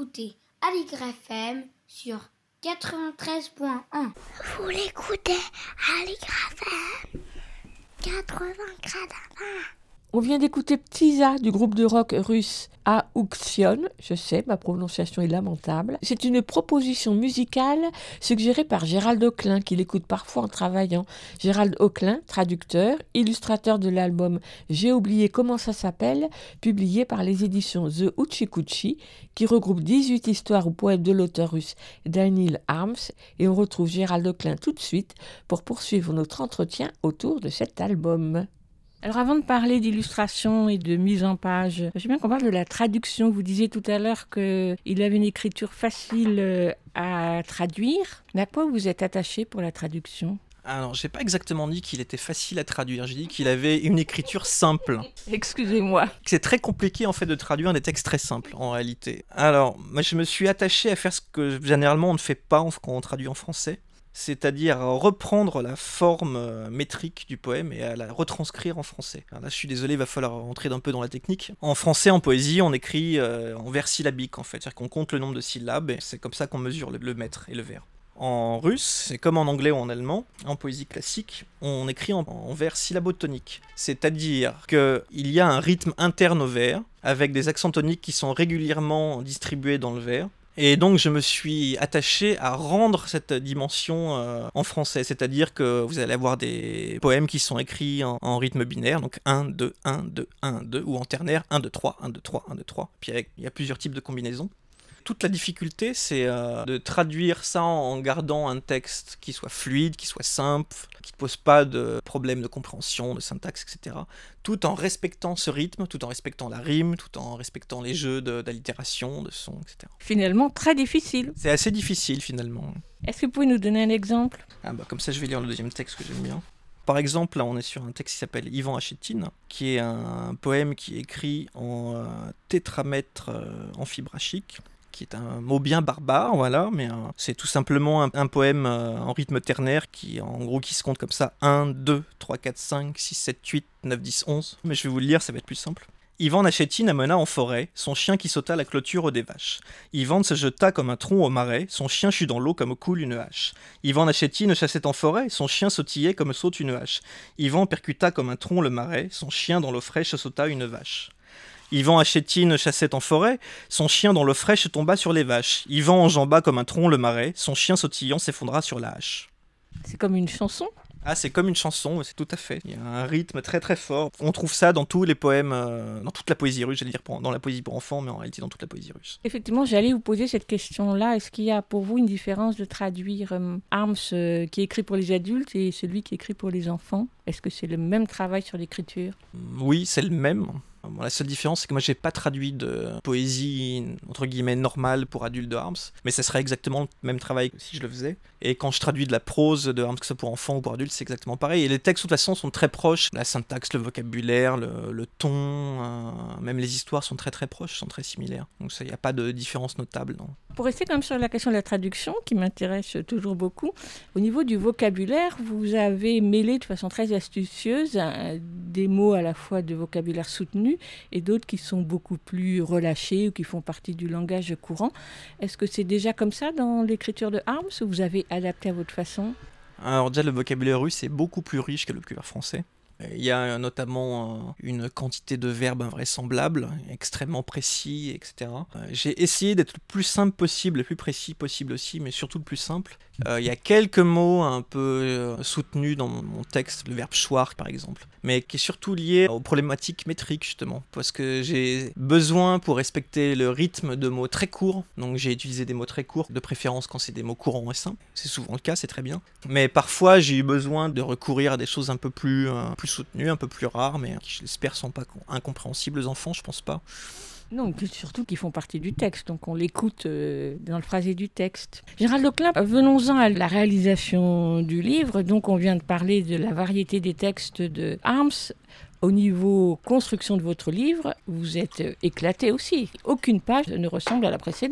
écoutez Aligre F M sur quatre-vingt-treize point un. Vous l'écoutez Aligre F M quatre-vingts gradins. On vient d'écouter Ptiza du groupe de rock russe Auktion. Je sais, ma prononciation est lamentable. C'est une proposition musicale suggérée par Gérald Auclin, qui l'écoute parfois en travaillant. Gérald Auclin, traducteur, illustrateur de l'album J'ai oublié comment ça s'appelle, publié par les éditions The Uchikuchi, qui regroupe dix-huit histoires ou poèmes de l'auteur russe Daniil Arms. Et on retrouve Gérald Auclin tout de suite pour poursuivre notre entretien autour de cet album. Alors avant de parler d'illustration et de mise en page, j'aime bien qu'on parle de la traduction. Vous disiez tout à l'heure qu'il avait une écriture facile à traduire. Mais à quoi vous êtes attaché pour la traduction ? Alors, j'ai pas exactement dit qu'il était facile à traduire, j'ai dit qu'il avait une écriture simple. Excusez-moi. C'est très compliqué en fait de traduire des textes très simples en réalité. Alors, moi je me suis attaché à faire ce que généralement on ne fait pas quand on traduit en français. C'est-à-dire reprendre la forme métrique du poème et à la retranscrire en français. Alors là, je suis désolé, il va falloir rentrer un peu dans la technique. En français, en poésie, on écrit euh, en vers syllabique, en fait. C'est-à-dire qu'on compte le nombre de syllabes, et c'est comme ça qu'on mesure le, le mètre et le vers. En russe, c'est comme en anglais ou en allemand, en poésie classique, on écrit en, en vers syllabotoniques. C'est-à-dire qu'il y a un rythme interne au vers, avec des accents toniques qui sont régulièrement distribués dans le vers. Et donc je me suis attaché à rendre cette dimension euh, en français, c'est-à-dire que vous allez avoir des poèmes qui sont écrits en, en rythme binaire, donc un, deux, un, deux, un, deux, ou en ternaire, un, deux, trois, un, deux, trois, un, deux, trois. Puis avec, il y a plusieurs types de combinaisons. Toute la difficulté, c'est euh, de traduire ça en gardant un texte qui soit fluide, qui soit simple, qui ne pose pas de problèmes de compréhension, de syntaxe, et cetera. Tout en respectant ce rythme, tout en respectant la rime, tout en respectant les jeux de, d'allitération, de son, et cetera. Finalement, très difficile. C'est assez difficile, finalement. Est-ce que vous pouvez nous donner un exemple ? Ah bah, comme ça, je vais lire le deuxième texte que j'aime bien. Par exemple, là, on est sur un texte qui s'appelle Ivan Achetine, qui est un poème qui est écrit en euh, tétramètre euh, amphibrachique, qui est un mot bien barbare, voilà, mais euh, c'est tout simplement un, un poème euh, en rythme ternaire qui, en gros, qui se compte comme ça, un, deux, trois, quatre, cinq, six, sept, huit, neuf, dix, onze. Mais je vais vous le lire, ça va être plus simple. Ivan Achetine amena en forêt son chien qui sauta la clôture des vaches. Ivan se jeta comme un tronc au marais, son chien chut dans l'eau comme coule une hache. Ivan Achetine chassait en forêt, son chien sautillait comme saute une hache. Ivan percuta comme un tronc le marais, son chien dans l'eau fraîche sauta une vache. Ivan Achetine chassait en forêt, son chien dans l'eau fraîche tomba sur les vaches. Ivan enjamba comme un tronc le marais, son chien sautillant s'effondra sur la hache. C'est comme une chanson ? Ah, c'est comme une chanson, c'est tout à fait. Il y a un rythme très très fort. On trouve ça dans tous les poèmes, euh, dans toute la poésie russe, j'allais dire pour, dans la poésie pour enfants, mais en réalité dans toute la poésie russe. Effectivement, j'allais vous poser cette question-là. Est-ce qu'il y a pour vous une différence de traduire euh, Arms euh, qui est écrit pour les adultes et celui qui est écrit pour les enfants ? Est-ce que c'est le même travail sur l'écriture ? Oui, c'est le même. Bon, la seule différence, c'est que moi, j'ai pas traduit de poésie, entre guillemets, normale pour adultes de Arms, mais ça serait exactement le même travail que si je le faisais. Et quand je traduis de la prose de Arms, que ce soit pour enfants ou pour adultes, c'est exactement pareil. Et les textes, de toute façon, sont très proches. La syntaxe, le vocabulaire, le, le ton, euh, même les histoires sont très très proches, sont très similaires. Donc il n'y a pas de différence notable. Non. Pour rester quand même sur la question de la traduction, qui m'intéresse toujours beaucoup, au niveau du vocabulaire, vous avez mêlé de façon très astucieuse hein, des mots à la fois de vocabulaire soutenu et d'autres qui sont beaucoup plus relâchés ou qui font partie du langage courant. Est-ce que c'est déjà comme ça dans l'écriture de Arms ou vous avez adapté à votre façon ? Alors déjà, le vocabulaire russe est beaucoup plus riche que le vocabulaire français. Il y a notamment une quantité de verbes invraisemblables, extrêmement précis, et cetera. J'ai essayé d'être le plus simple possible, le plus précis possible aussi, mais surtout le plus simple. Euh, il y a quelques mots un peu soutenus dans mon texte, le verbe choir par exemple, mais qui est surtout lié aux problématiques métriques justement, parce que j'ai besoin pour respecter le rythme de mots très courts, donc j'ai utilisé des mots très courts, de préférence quand c'est des mots courants et simples, c'est souvent le cas, c'est très bien, mais parfois j'ai eu besoin de recourir à des choses un peu plus, euh, plus soutenues, un peu plus rares, mais qui je l'espère sont pas incompréhensibles aux enfants, je pense pas. Non, surtout qu'ils font partie du texte, donc on l'écoute euh, dans le phrasé du texte. Gérald Auclin, venons-en à la réalisation du livre. Donc on vient de parler de la variété des textes de Arms. Au niveau construction de votre livre, vous êtes éclaté aussi. Aucune page ne ressemble à la précédente.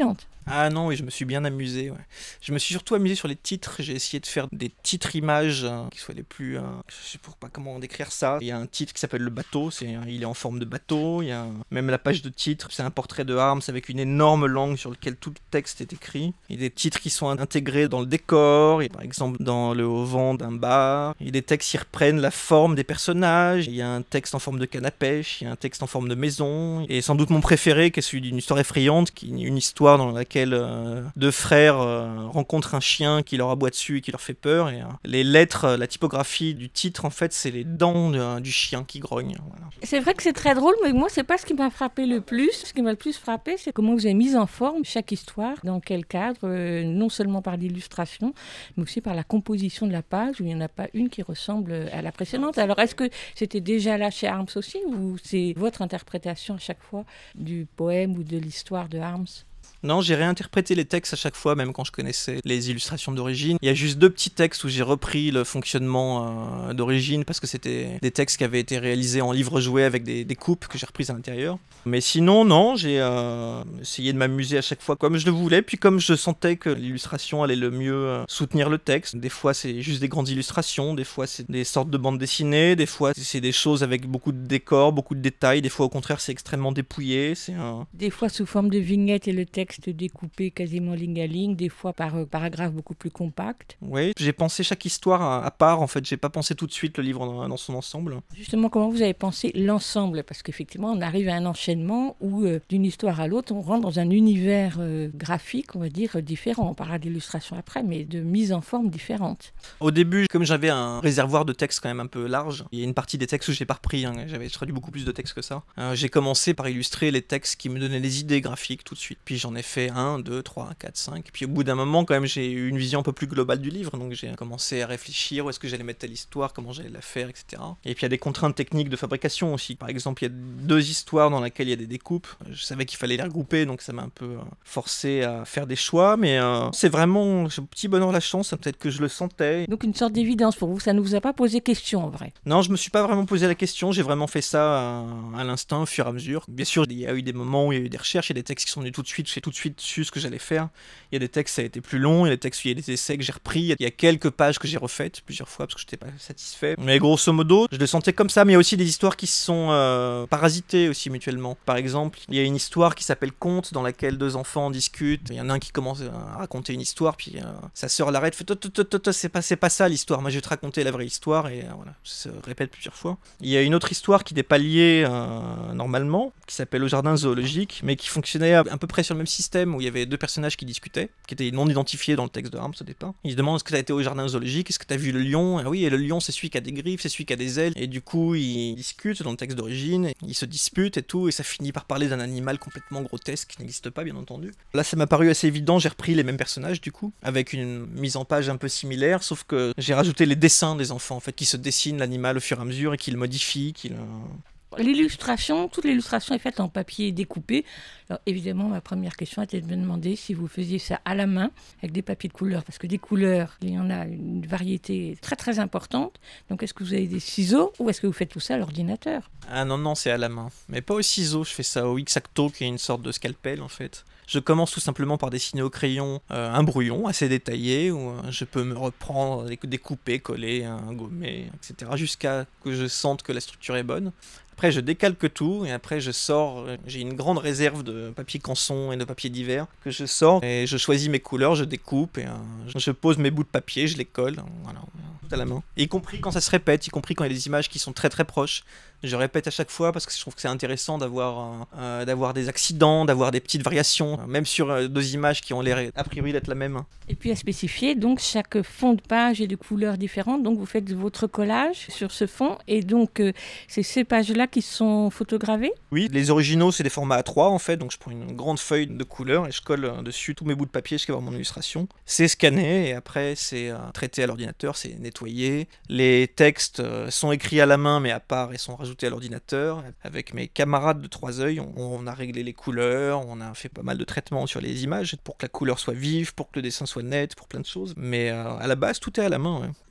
Ah non, oui, je me suis bien amusé. Ouais. Je me suis surtout amusé sur les titres. J'ai essayé de faire des titres images hein, qui soient les plus... Euh, je sais pas comment décrire ça. Il y a un titre qui s'appelle Le Bateau. C'est, il est en forme de bateau. Il y a un, même la page de titre, c'est un portrait de Harms avec une énorme langue sur laquelle tout le texte est écrit. Il y a des titres qui sont intégrés dans le décor. Et par exemple, dans le auvent d'un bar. Il y a des textes qui reprennent la forme des personnages. Il y a un texte en forme de canne à pêche. Il y a un texte en forme de maison. Et sans doute mon préféré, qui est celui d'une histoire effrayante, qui est une histoire dans laquelle Euh, deux frères euh, rencontrent un chien qui leur aboie dessus et qui leur fait peur. Et, euh, les lettres, euh, la typographie du titre, en fait, c'est les dents de, euh, du chien qui grogne. Voilà. C'est vrai que c'est très drôle, mais moi, c'est pas ce qui m'a frappé le plus. Ce qui m'a le plus frappé, c'est comment vous avez mis en forme chaque histoire, dans quel cadre, euh, non seulement par l'illustration, mais aussi par la composition de la page, où il n'y en a pas une qui ressemble à la précédente. Alors, est-ce que c'était déjà là chez Harms aussi, ou c'est votre interprétation à chaque fois du poème ou de l'histoire de Harms ? Non, j'ai réinterprété les textes à chaque fois, même quand je connaissais les illustrations d'origine. Il y a juste deux petits textes où j'ai repris le fonctionnement euh, d'origine, parce que c'était des textes qui avaient été réalisés en livre jouet avec des, des coupes que j'ai reprises à l'intérieur. Mais sinon, non, j'ai euh, essayé de m'amuser à chaque fois comme je le voulais, puis comme je sentais que l'illustration allait le mieux euh, soutenir le texte. Des fois, c'est juste des grandes illustrations, des fois, c'est des sortes de bandes dessinées, des fois, c'est des choses avec beaucoup de décors, beaucoup de détails, des fois, au contraire, c'est extrêmement dépouillé. C'est un... Des fois, sous forme de vignettes et le texte découpé quasiment ligne à ligne, des fois par euh, paragraphe beaucoup plus compact. Oui, j'ai pensé chaque histoire à, à part, en fait, j'ai pas pensé tout de suite le livre dans, dans son ensemble. Justement, comment vous avez pensé l'ensemble ? Parce qu'effectivement, on arrive à un enchaînement où, euh, d'une histoire à l'autre, on rentre dans un univers euh, graphique, on va dire, euh, différent. On parlera d'illustration après, mais de mise en forme différente. Au début, comme j'avais un réservoir de textes quand même un peu large, il y a une partie des textes où j'ai pas repris, hein, j'avais traduit beaucoup plus de textes que ça. Euh, j'ai commencé par illustrer les textes qui me donnaient des idées graphiques tout de suite. Puis j'en ai fait un, deux, trois, quatre, cinq. Puis au bout d'un moment, quand même, j'ai eu une vision un peu plus globale du livre. Donc j'ai commencé à réfléchir où est-ce que j'allais mettre telle histoire, comment j'allais la faire, et cetera. Et puis il y a des contraintes techniques de fabrication aussi. Par exemple, il y a deux histoires dans lesquelles il y a des découpes. Je savais qu'il fallait les regrouper, donc ça m'a un peu euh, forcé à faire des choix. Mais euh, c'est vraiment j'ai un petit bonheur la chance, hein, peut-être que je le sentais. Donc une sorte d'évidence pour vous, ça ne vous a pas posé question en vrai ? Non, je me suis pas vraiment posé la question. J'ai vraiment fait ça à, à l'instinct, au fur et à mesure. Bien sûr, il y a eu des moments où il y a eu des recherches, il y a des textes qui sont venus tout de suite, j'ai tout de suite su ce que j'allais faire. Il y a des textes ça a été plus long, il y a des textes il y a des essais que j'ai repris, il y a quelques pages que j'ai refaites plusieurs fois parce que je n'étais pas satisfait. Mais grosso modo, je le sentais comme ça, mais il y a aussi des histoires qui sont euh, parasitées aussi mutuellement. Par exemple, il y a une histoire qui s'appelle Conte dans laquelle deux enfants discutent. Il y en a un qui commence à raconter une histoire, puis euh, sa sœur l'arrête, fait c'est pas, c'est pas ça l'histoire, moi je vais te raconter la vraie histoire, et euh, voilà, ça se répète plusieurs fois. Il y a une autre histoire qui n'est pas liée euh, normalement, qui s'appelle Au Jardin Zoologique, mais qui fonctionnait à, à peu près sur le même système, où il y avait deux personnages qui discutaient, qui étaient non identifiés dans le texte de Harms au départ. Ils se demandent est-ce que tu as été au Jardin Zoologique, est-ce que tu as vu le lion ? Ah oui, et le lion c'est celui qui a des griffes, c'est celui qui a des ailes, et du coup ils discutent dans le texte d'origine, ils se disputent et tout, et ça finit par parler d'un animal complètement grotesque qui n'existe pas bien entendu. Là ça m'a paru assez évident, j'ai repris les mêmes personnages du coup, avec une mise en page un peu similaire, sauf que j'ai rajouté les dessins des enfants en fait, qui se dessinent l'animal au fur et à mesure et qui le modifient, qui le... L'illustration, toute l'illustration est faite en papier découpé. Alors évidemment, ma première question était de me demander si vous faisiez ça à la main, avec des papiers de couleur, parce que des couleurs, il y en a une variété très très importante. Donc est-ce que vous avez des ciseaux ou est-ce que vous faites tout ça à l'ordinateur ? Ah non, non, c'est à la main. Mais pas au ciseau, je fais ça au X-Acto, qui est une sorte de scalpel en fait. Je commence tout simplement par dessiner au crayon euh, un brouillon assez détaillé où euh, je peux me reprendre, découper, coller, un gommer, et cetera jusqu'à que je sente que la structure est bonne. Après, je décalque tout et après, je sors. J'ai une grande réserve de papier canson et de papier d'hiver que je sors et je choisis mes couleurs, je découpe et euh, je pose mes bouts de papier, je les colle, voilà, tout à la main. Et y compris quand ça se répète, y compris quand il y a des images qui sont très très proches. Je répète à chaque fois parce que je trouve que c'est intéressant d'avoir, euh, d'avoir des accidents, d'avoir des petites variations, même sur euh, deux images qui ont l'air a priori d'être la même. Et puis à spécifier, donc chaque fond de page est de couleurs différentes, donc vous faites votre collage sur ce fond, et donc euh, c'est ces pages-là qui sont photogravées ? Oui, les originaux c'est des formats A trois en fait, donc je prends une grande feuille de couleurs et je colle euh, dessus tous mes bouts de papier jusqu'à avoir mon illustration. C'est scanné et après c'est euh, traité à l'ordinateur, c'est nettoyé. Les textes euh, sont écrits à la main mais à part et sont rajoutés à l'ordinateur. Avec mes camarades de Trois Œils, on, on a réglé les couleurs, on a fait pas mal de traitements sur les images pour que la couleur soit vive, pour que le dessin soit net, pour plein de choses. Mais euh, à la base, tout est à la main. Ouais.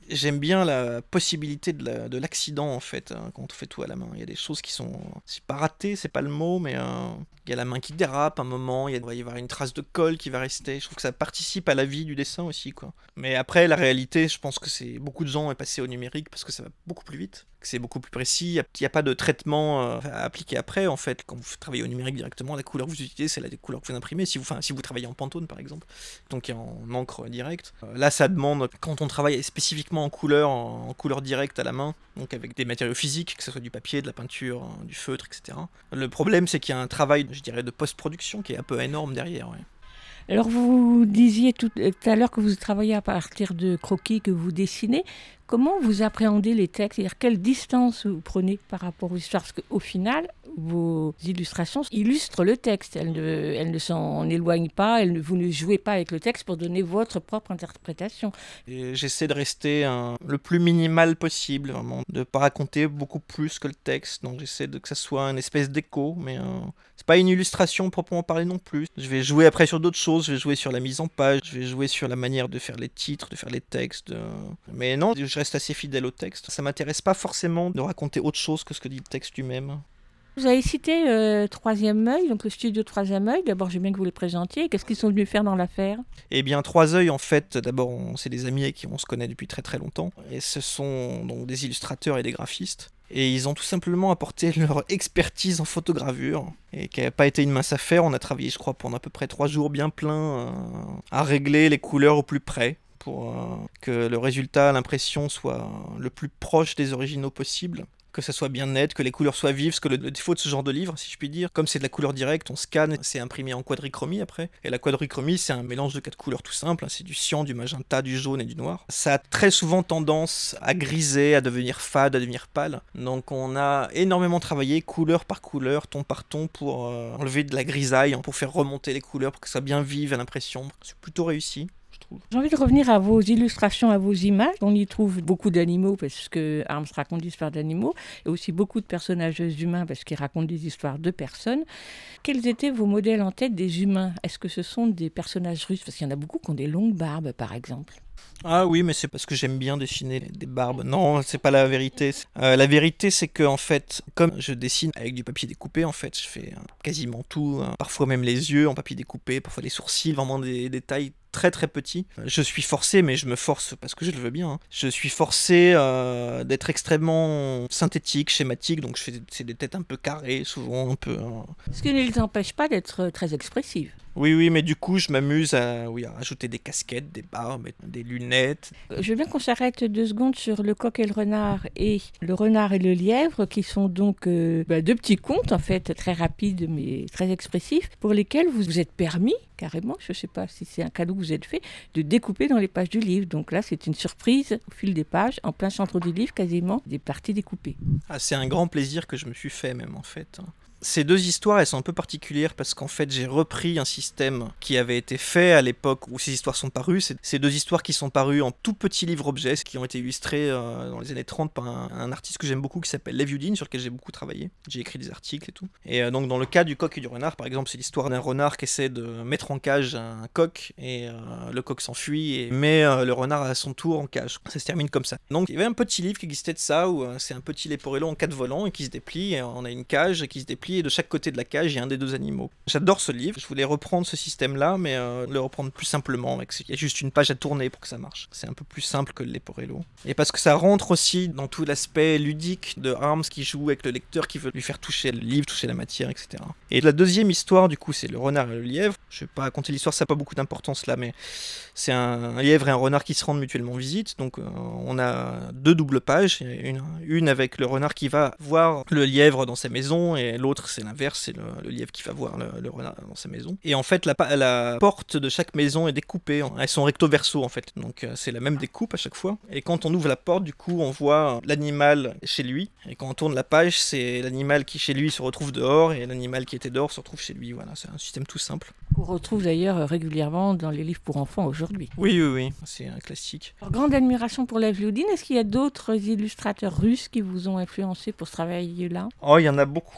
J'aime bien la possibilité de, la, de l'accident en fait, hein, quand on fait tout à la main. Il y a des choses qui sont, c'est pas raté, c'est pas le mot, mais euh, il y a la main qui dérape un moment, il, y a, il va y avoir une trace de colle qui va rester. Je trouve que ça participe à la vie du dessin aussi, quoi. Mais après, la réalité, je pense que c'est beaucoup de gens est passé au numérique parce que ça va beaucoup plus vite, que c'est beaucoup plus précis. Il n'y a, a pas de traitement euh, à appliquer après, en fait. Quand vous travaillez au numérique directement, la couleur que vous utilisez, c'est la couleur que vous imprimez. Si vous, enfin, si vous travaillez en Pantone, par exemple, donc en encre directe, euh, là, ça demande, quand on travaille spécifiquement en couleur, en, en couleur directe à la main, donc avec des matériaux physiques, que ce soit du papier, de la peinture, hein, du feutre, et cetera. Le problème, c'est qu'il y a un travail, je dirais, de post-production qui est un peu énorme derrière. Ouais. Alors vous disiez tout à l'heure que vous travaillez à partir de croquis que vous dessinez. Comment vous appréhendez les textes? C'est-à-dire quelle distance vous prenez par rapport aux histoires? Parce qu'au final, vos illustrations illustrent le texte. Elles ne, elles ne s'en éloignent pas, elles ne, vous ne jouez pas avec le texte pour donner votre propre interprétation. Et j'essaie de rester un, le plus minimal possible, vraiment, de ne pas raconter beaucoup plus que le texte. Donc j'essaie de que ça soit une espèce d'écho, mais euh, c'est pas une illustration proprement parler non plus. Je vais jouer après sur d'autres choses, je vais jouer sur la mise en page, je vais jouer sur la manière de faire les titres, de faire les textes. Euh... Mais non, je reste assez fidèle au texte. Ça m'intéresse pas forcément de raconter autre chose que ce que dit le texte lui-même. Vous avez cité euh, Troisième œil, donc le studio Troisième œil. D'abord, j'aime bien que vous les présentiez. Qu'est-ce qu'ils sont venus faire dans l'affaire? Eh bien, Trois œils, en fait, d'abord, on, c'est des amis avec qui on se connaît depuis très très longtemps. Et ce sont donc des illustrateurs et des graphistes. Et ils ont tout simplement apporté leur expertise en photogravure, et qui n'a pas été une mince affaire. On a travaillé, je crois, pendant à peu près trois jours bien pleins, euh, à régler les couleurs au plus près, pour euh, que le résultat, l'impression, soit le plus proche des originaux possible. Que ça soit bien net, que les couleurs soient vives, parce que le, le défaut de ce genre de livre, si je puis dire, comme c'est de la couleur directe, on scanne, c'est imprimé en quadrichromie après, et la quadrichromie c'est un mélange de quatre couleurs tout simple, hein, c'est du cyan, du magenta, du jaune et du noir. Ça a très souvent tendance à griser, à devenir fade, à devenir pâle, donc on a énormément travaillé couleur par couleur, ton par ton, pour euh, enlever de la grisaille, hein, pour faire remonter les couleurs, pour que ça soit bien vive à l'impression. C'est plutôt réussi. J'ai envie de revenir à vos illustrations, à vos images. On y trouve beaucoup d'animaux parce que Arms raconte des histoires d'animaux, et aussi beaucoup de personnages humains parce qu'il raconte des histoires de personnes. Quels étaient vos modèles en tête des humains? Est-ce que ce sont des personnages russes? Parce qu'il y en a beaucoup qui ont des longues barbes, par exemple. Ah oui, mais c'est parce que j'aime bien dessiner des barbes. Non, c'est pas la vérité. Euh, la vérité, c'est que en fait, comme je dessine avec du papier découpé, en fait, je fais euh, quasiment tout. Hein. Parfois même les yeux en papier découpé, parfois les sourcils, vraiment des détails très très petits. Je suis forcé, mais je me force parce que je le veux bien. Hein. Je suis forcé euh, d'être extrêmement synthétique, schématique, donc je fais c'est des têtes un peu carrées, souvent un peu. Hein. Ce qui ne les empêche pas d'être très expressives. Oui, oui, mais du coup, je m'amuse à, oui, à rajouter des casquettes, des barbes, des lunettes. Je veux bien qu'on s'arrête deux secondes sur le coq et le renard et le renard et le lièvre, qui sont donc euh, bah, deux petits contes, en fait, très rapides mais très expressifs, pour lesquels vous vous êtes permis, carrément, je ne sais pas si c'est un cadeau que vous êtes fait, de découper dans les pages du livre. Donc là, c'est une surprise au fil des pages, en plein centre du livre, quasiment, des parties découpées. Ah, c'est un grand plaisir que je me suis fait, même, en fait. Ces deux histoires, elles sont un peu particulières parce qu'en fait, j'ai repris un système qui avait été fait à l'époque où ces histoires sont parues. C'est ces deux histoires qui sont parues en tout petits livres-objets, qui ont été illustrés euh, dans les années trente par un, un artiste que j'aime beaucoup qui s'appelle Lev Yudin, sur lequel j'ai beaucoup travaillé. J'ai écrit des articles et tout. Et euh, donc, dans le cas du coq et du renard, par exemple, c'est l'histoire d'un renard qui essaie de mettre en cage un coq et euh, le coq s'enfuit et met euh, le renard à son tour en cage. Ça se termine comme ça. Donc, il y avait un petit livre qui existait de ça où euh, c'est un petit Leporello en quatre volants et qui se déplie. Et on a une cage qui se déplie. Et de chaque côté de la cage, il y a un des deux animaux. J'adore ce livre, je voulais reprendre ce système-là, mais euh, le reprendre plus simplement. Avec... Il y a juste une page à tourner pour que ça marche. C'est un peu plus simple que le Leporello. Et parce que ça rentre aussi dans tout l'aspect ludique de Arms qui joue avec le lecteur, qui veut lui faire toucher le livre, toucher la matière, et cetera. Et la deuxième histoire, du coup, c'est le renard et le lièvre. Je vais pas raconter l'histoire, ça n'a pas beaucoup d'importance là, mais c'est un lièvre et un renard qui se rendent mutuellement visite. Donc euh, on a deux doubles pages, une, une avec le renard qui va voir le lièvre dans sa maison, et l'autre, c'est l'inverse, c'est le, le lièvre qui va voir le, le renard dans sa maison. Et en fait, la, la porte de chaque maison est découpée. Elles sont recto-verso, en fait. Donc euh, c'est la même découpe à chaque fois. Et quand on ouvre la porte, du coup, on voit l'animal chez lui. Et quand on tourne la page, c'est l'animal qui, chez lui, se retrouve dehors, et l'animal qui était dehors se retrouve chez lui. Voilà, c'est un système tout simple. Qu'on retrouve d'ailleurs régulièrement dans les livres pour enfants aujourd'hui. Oui, oui, oui. C'est un classique. Alors, grande admiration pour Lev Yudin. Est-ce qu'il y a d'autres illustrateurs russes qui vous ont influencé pour ce travail-là? Oh, il y en a beaucoup. Il y a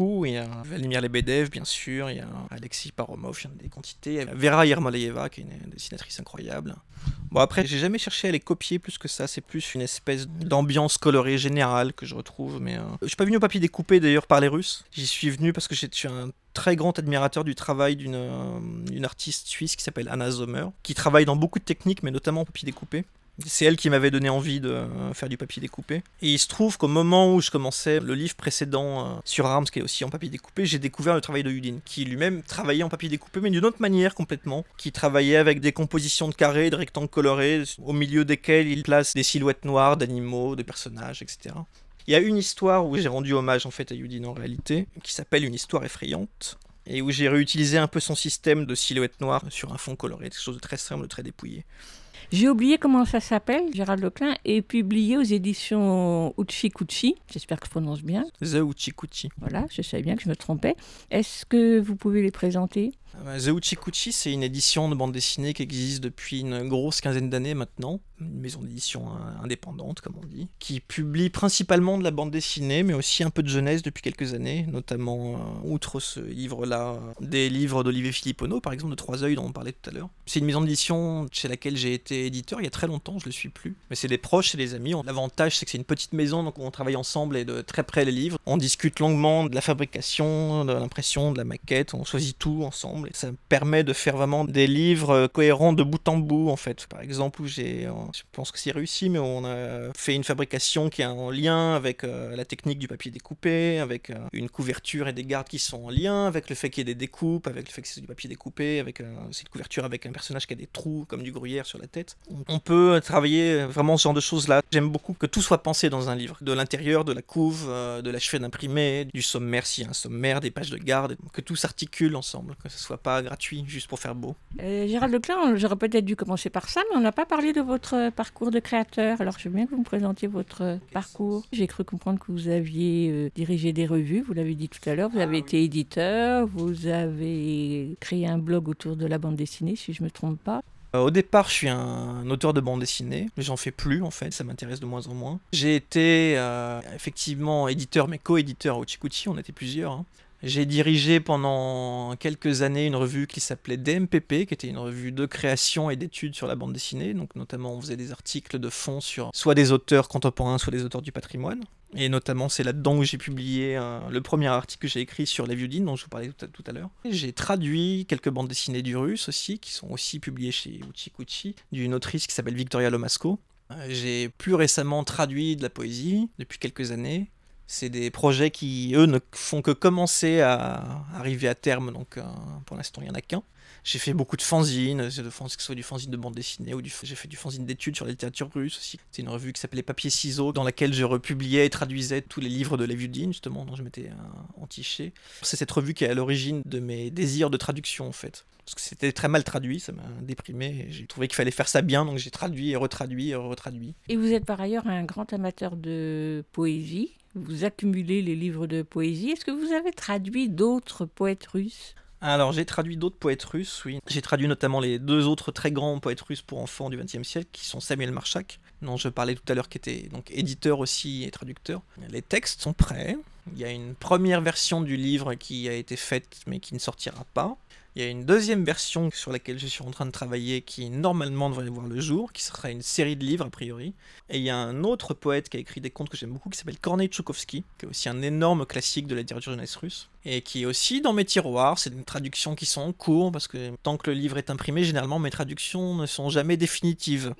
Vladimir Lebedev, bien sûr, il y a Alexis Paromov, il y en a des quantités. Il y a Vera Yermolaeva, qui est une dessinatrice incroyable. Bon, après, j'ai jamais cherché à les copier plus que ça, c'est plus une espèce d'ambiance colorée générale que je retrouve. Mais euh... je suis pas venu au papier découpé d'ailleurs par les Russes, j'y suis venu parce que je suis un très grand admirateur du travail d'une, euh, d'une artiste suisse qui s'appelle Anna Sommer, qui travaille dans beaucoup de techniques, mais notamment en papier découpé. C'est elle qui m'avait donné envie de faire du papier découpé. Et il se trouve qu'au moment où je commençais le livre précédent euh, sur Arms, qui est aussi en papier découpé, j'ai découvert le travail de Yudin, qui lui-même travaillait en papier découpé, mais d'une autre manière complètement, qui travaillait avec des compositions de carrés, de rectangles colorés, au milieu desquels il place des silhouettes noires d'animaux, de personnages, et cetera. Il y a une histoire où j'ai rendu hommage en fait à Yudin en réalité, qui s'appelle Une histoire effrayante, et où j'ai réutilisé un peu son système de silhouettes noires sur un fond coloré, quelque chose de très simple, de très dépouillé. J'ai oublié comment ça s'appelle, Gérald Leclin, est publié aux éditions Uchikuchi, j'espère que je prononce bien. The Uchikuchi. Voilà, je savais bien que je me trompais. Est-ce que vous pouvez les présenter ? The Uchikuchi, c'est une édition de bande dessinée qui existe depuis une grosse quinzaine d'années maintenant, une maison d'édition indépendante, comme on dit, qui publie principalement de la bande dessinée, mais aussi un peu de jeunesse depuis quelques années, notamment, euh, outre ce livre-là, des livres d'Olivier Filippono, par exemple, de Trois Œils, dont on parlait tout à l'heure. C'est une maison d'édition chez laquelle j'ai été éditeur il y a très longtemps, je le suis plus. Mais c'est des proches, c'est des amis. L'avantage, c'est que c'est une petite maison, donc on travaille ensemble et de très près les livres. On discute longuement de la fabrication, de l'impression, de la maquette, on choisit tout ensemble. Et ça permet de faire vraiment des livres cohérents de bout en bout, en fait. Par exemple, où j'ai, je pense que c'est réussi, mais on a fait une fabrication qui est en lien avec euh, la technique du papier découpé, avec euh, une couverture et des gardes qui sont en lien, avec le fait qu'il y ait des découpes, avec le fait que c'est du papier découpé, avec euh, cette couverture avec un personnage qui a des trous comme du gruyère sur la tête. On peut travailler vraiment ce genre de choses-là. J'aime beaucoup que tout soit pensé dans un livre, de l'intérieur, de la couve, euh, de l'achevé d'imprimé, du sommaire s'il y a un sommaire, des pages de garde, que tout s'articule ensemble, que ce soit pas gratuit juste pour faire beau. Euh, Gérald Leclin, j'aurais peut-être dû commencer par ça, mais on n'a pas parlé de votre parcours de créateur. Alors je veux bien que vous me présentiez votre parcours. J'ai cru comprendre que vous aviez euh, dirigé des revues, vous l'avez dit tout à l'heure, vous avez ah, été oui. éditeur, vous avez créé un blog autour de la bande dessinée, si je ne me trompe pas. Euh, au départ, je suis un auteur de bande dessinée, mais j'en fais plus en fait, ça m'intéresse de moins en moins. J'ai été euh, effectivement éditeur, mais co-éditeur au Uchikuchi, on était plusieurs. Hein. J'ai dirigé pendant quelques années une revue qui s'appelait D M P P, qui était une revue de création et d'études sur la bande dessinée. Donc notamment, on faisait des articles de fond sur soit des auteurs contemporains, soit des auteurs du patrimoine. Et notamment, c'est là-dedans où j'ai publié euh, le premier article que j'ai écrit sur les Viudines, dont je vous parlais tout à, tout à l'heure. Et j'ai traduit quelques bandes dessinées du russe aussi, qui sont aussi publiées chez Uchikuchi, d'une autrice qui s'appelle Victoria Lomasko. Euh, j'ai plus récemment traduit de la poésie depuis quelques années. C'est des projets qui, eux, ne font que commencer à arriver à terme, donc euh, pour l'instant, il n'y en a qu'un. J'ai fait beaucoup de fanzines, de fanzines, que ce soit du fanzine de bande dessinée ou du, j'ai fait du fanzine d'études sur la littérature russe aussi. C'est une revue qui s'appelait Papier Ciseaux, dans laquelle je republiais et traduisais tous les livres de Leviudine, justement, dont je m'étais euh, entiché. C'est cette revue qui est à l'origine de mes désirs de traduction, en fait. Parce que c'était très mal traduit, ça m'a déprimé. Et j'ai trouvé qu'il fallait faire ça bien, donc j'ai traduit et retraduit et retraduit. Et vous êtes par ailleurs un grand amateur de poésie. Vous accumulez les livres de poésie. Est-ce que vous avez traduit d'autres poètes russes ? Alors, j'ai traduit d'autres poètes russes, oui. J'ai traduit notamment les deux autres très grands poètes russes pour enfants du vingtième siècle, qui sont Samuel Marchak, dont je parlais tout à l'heure, qui était donc éditeur aussi et traducteur. Les textes sont prêts. Il y a une première version du livre qui a été faite, mais qui ne sortira pas. Il y a une deuxième version sur laquelle je suis en train de travailler qui normalement devrait voir le jour, qui sera une série de livres a priori. Et il y a un autre poète qui a écrit des contes que j'aime beaucoup qui s'appelle Kornei Tchoukovsky, qui est aussi un énorme classique de la littérature jeunesse russe, et qui est aussi dans mes tiroirs. C'est des traductions qui sont en cours, parce que tant que le livre est imprimé, généralement mes traductions ne sont jamais définitives.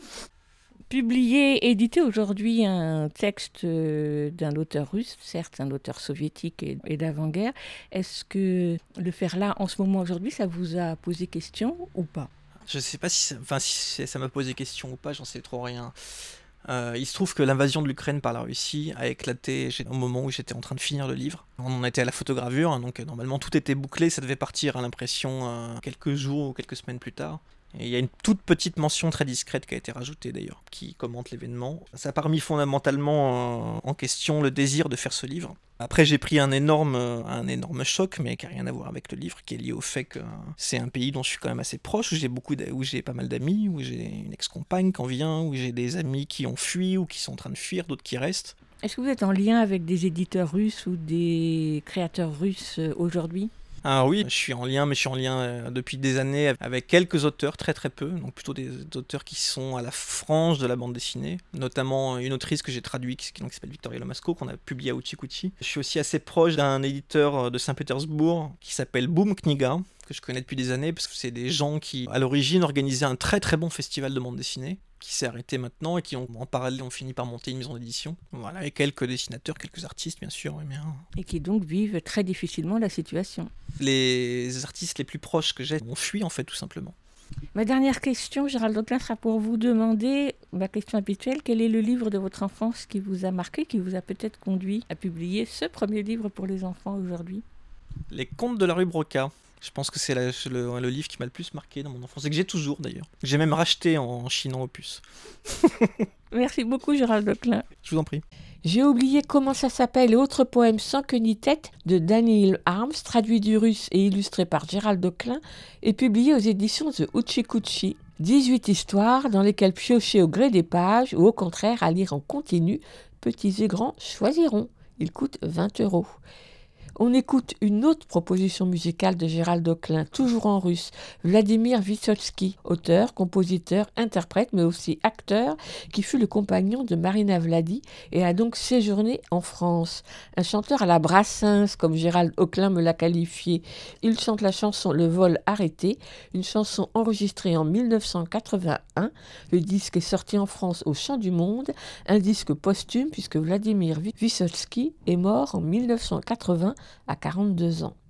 Publier, éditer aujourd'hui un texte d'un auteur russe, certes un auteur soviétique et, et d'avant-guerre, est-ce que le faire là, en ce moment, aujourd'hui, ça vous a posé question ou pas ? Je ne sais pas si ça, enfin, si ça m'a posé question ou pas, j'en sais trop rien. Euh, il se trouve que l'invasion de l'Ukraine par la Russie a éclaté au moment où j'étais en train de finir le livre. On en était à la photogravure, hein, donc normalement tout était bouclé, ça devait partir à l'impression euh, quelques jours ou quelques semaines plus tard. Et il y a une toute petite mention très discrète qui a été rajoutée d'ailleurs, qui commente l'événement. Ça a pas remis fondamentalement euh, en question le désir de faire ce livre. Après j'ai pris un énorme, euh, un énorme choc, mais qui n'a rien à voir avec le livre, qui est lié au fait que euh, c'est un pays dont je suis quand même assez proche, où j'ai, beaucoup où j'ai pas mal d'amis, où j'ai une ex-compagne qui en vient, où j'ai des amis qui ont fui ou qui sont en train de fuir, d'autres qui restent. Est-ce que vous êtes en lien avec des éditeurs russes ou des créateurs russes aujourd'hui ? Ah oui, je suis en lien, mais je suis en lien euh, depuis des années avec quelques auteurs, très très peu, donc plutôt des auteurs qui sont à la frange de la bande dessinée, notamment une autrice que j'ai traduite, qui, donc, qui s'appelle Victoria Lomasco, qu'on a publié à Ouchikuchi. Je suis aussi assez proche d'un éditeur de Saint-Pétersbourg qui s'appelle Boom Kniga, que je connais depuis des années, parce que c'est des gens qui, à l'origine, organisaient un très très bon festival de bande dessinée, qui s'est arrêté maintenant et qui ont, en parallèle ont fini par monter une maison d'édition. Voilà, et quelques dessinateurs, quelques artistes bien sûr. Oui, bien. Et qui donc vivent très difficilement la situation. Les artistes les plus proches que j'ai ont fui en fait tout simplement. Ma dernière question, Gérald Auclin, sera pour vous demander, ma question habituelle, quel est le livre de votre enfance qui vous a marqué, qui vous a peut-être conduit à publier ce premier livre pour les enfants aujourd'hui ? Les Contes de la rue Broca. Je pense que c'est la, le, le livre qui m'a le plus marqué dans mon enfance, et que j'ai toujours d'ailleurs. J'ai même racheté en Chinon Opus. Merci beaucoup Gérald Auclin. Je vous en prie. J'ai oublié comment ça s'appelle, et autres poèmes sans queue ni tête de Daniel Arms, traduit du russe et illustré par Gérald Auclin, et publié aux éditions de Ouchikuchi. dix-huit histoires dans lesquelles piocher au gré des pages, ou au contraire à lire en continu, petits et grands choisiront. Il coûte vingt euros. On écoute une autre proposition musicale de Gérald Auclin, toujours en russe, Vladimir Vysotsky, auteur, compositeur, interprète, mais aussi acteur, qui fut le compagnon de Marina Vladi et a donc séjourné en France. Un chanteur à la Brassens, comme Gérald Auclin me l'a qualifié. Il chante la chanson Le vol arrêté, une chanson enregistrée en dix-neuf cent quatre-vingt-un. Le disque est sorti en France au Chant du Monde, un disque posthume puisque Vladimir Vysotsky est mort en dix-neuf cent quatre-vingts à quarante-deux ans.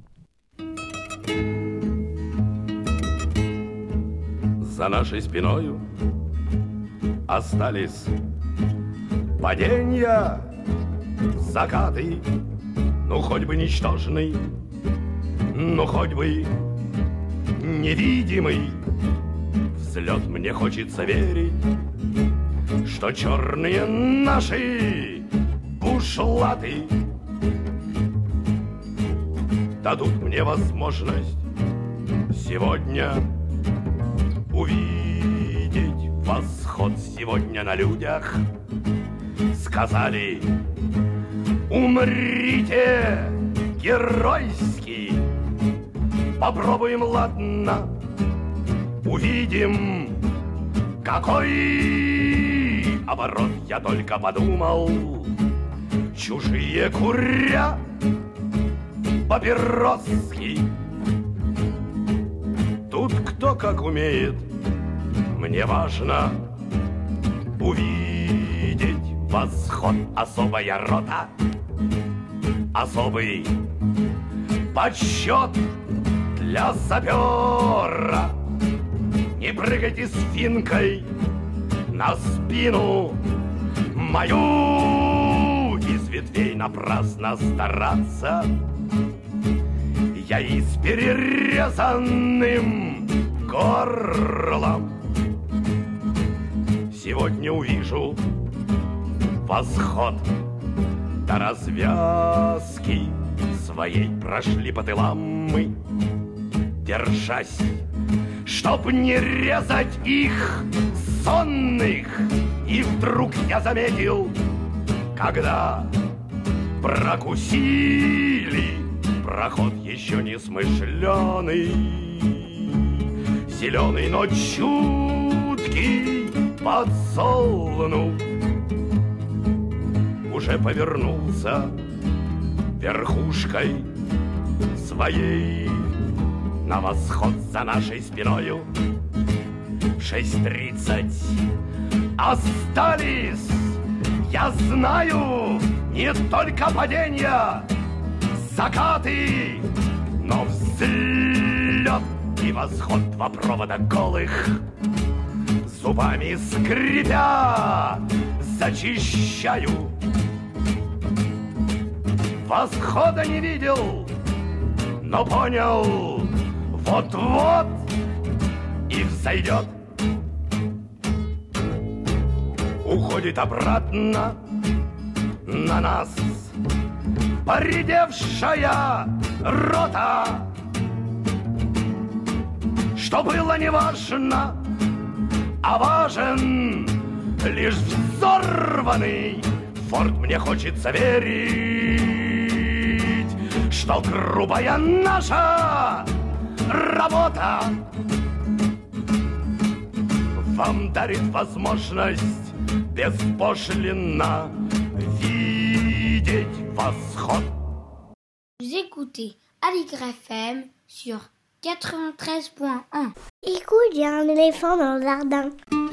За нашей спиною остались падения, закаты, ну хоть бы ничтожный, ну хоть бы невидимый взлет. Мне хочется верить, что черные наши бушлаты дадут мне возможность сегодня увидеть восход. Сегодня на людях сказали: умрите геройски. Попробуем, ладно, увидим, какой оборот. Я только подумал, чужие куря папироски. Тут кто как умеет, мне важно увидеть восход. Особая рота, особый почет для сапера. Не прыгайте с финкой на спину мою, из ветвей напрасно стараться. Я и с перерезанным горлом сегодня увижу восход. До развязки своей прошли по тылам мы, держась, чтоб не резать их сонных. И вдруг я заметил, когда прокусили проход еще не смышленый, зеленый, но чуткий подсолнух уже повернулся верхушкой своей на восход. За нашей спиною в шесть тридцать остались, я знаю, не только падения, закаты, но взлет и восход. Два провода голых, зубами скрипя, зачищаю. Восхода не видел, но понял, вот-вот и взойдет. Уходит обратно на нас поредевшая рота. Что было неважно, а важен лишь взорванный Форт мне хочется верить, что грубая наша работа вам дарит возможность беспошлинно видеть восход. Vous écoutez Aligre F M sur quatre-vingt-treize point un. Écoute, il y a un éléphant dans le jardin.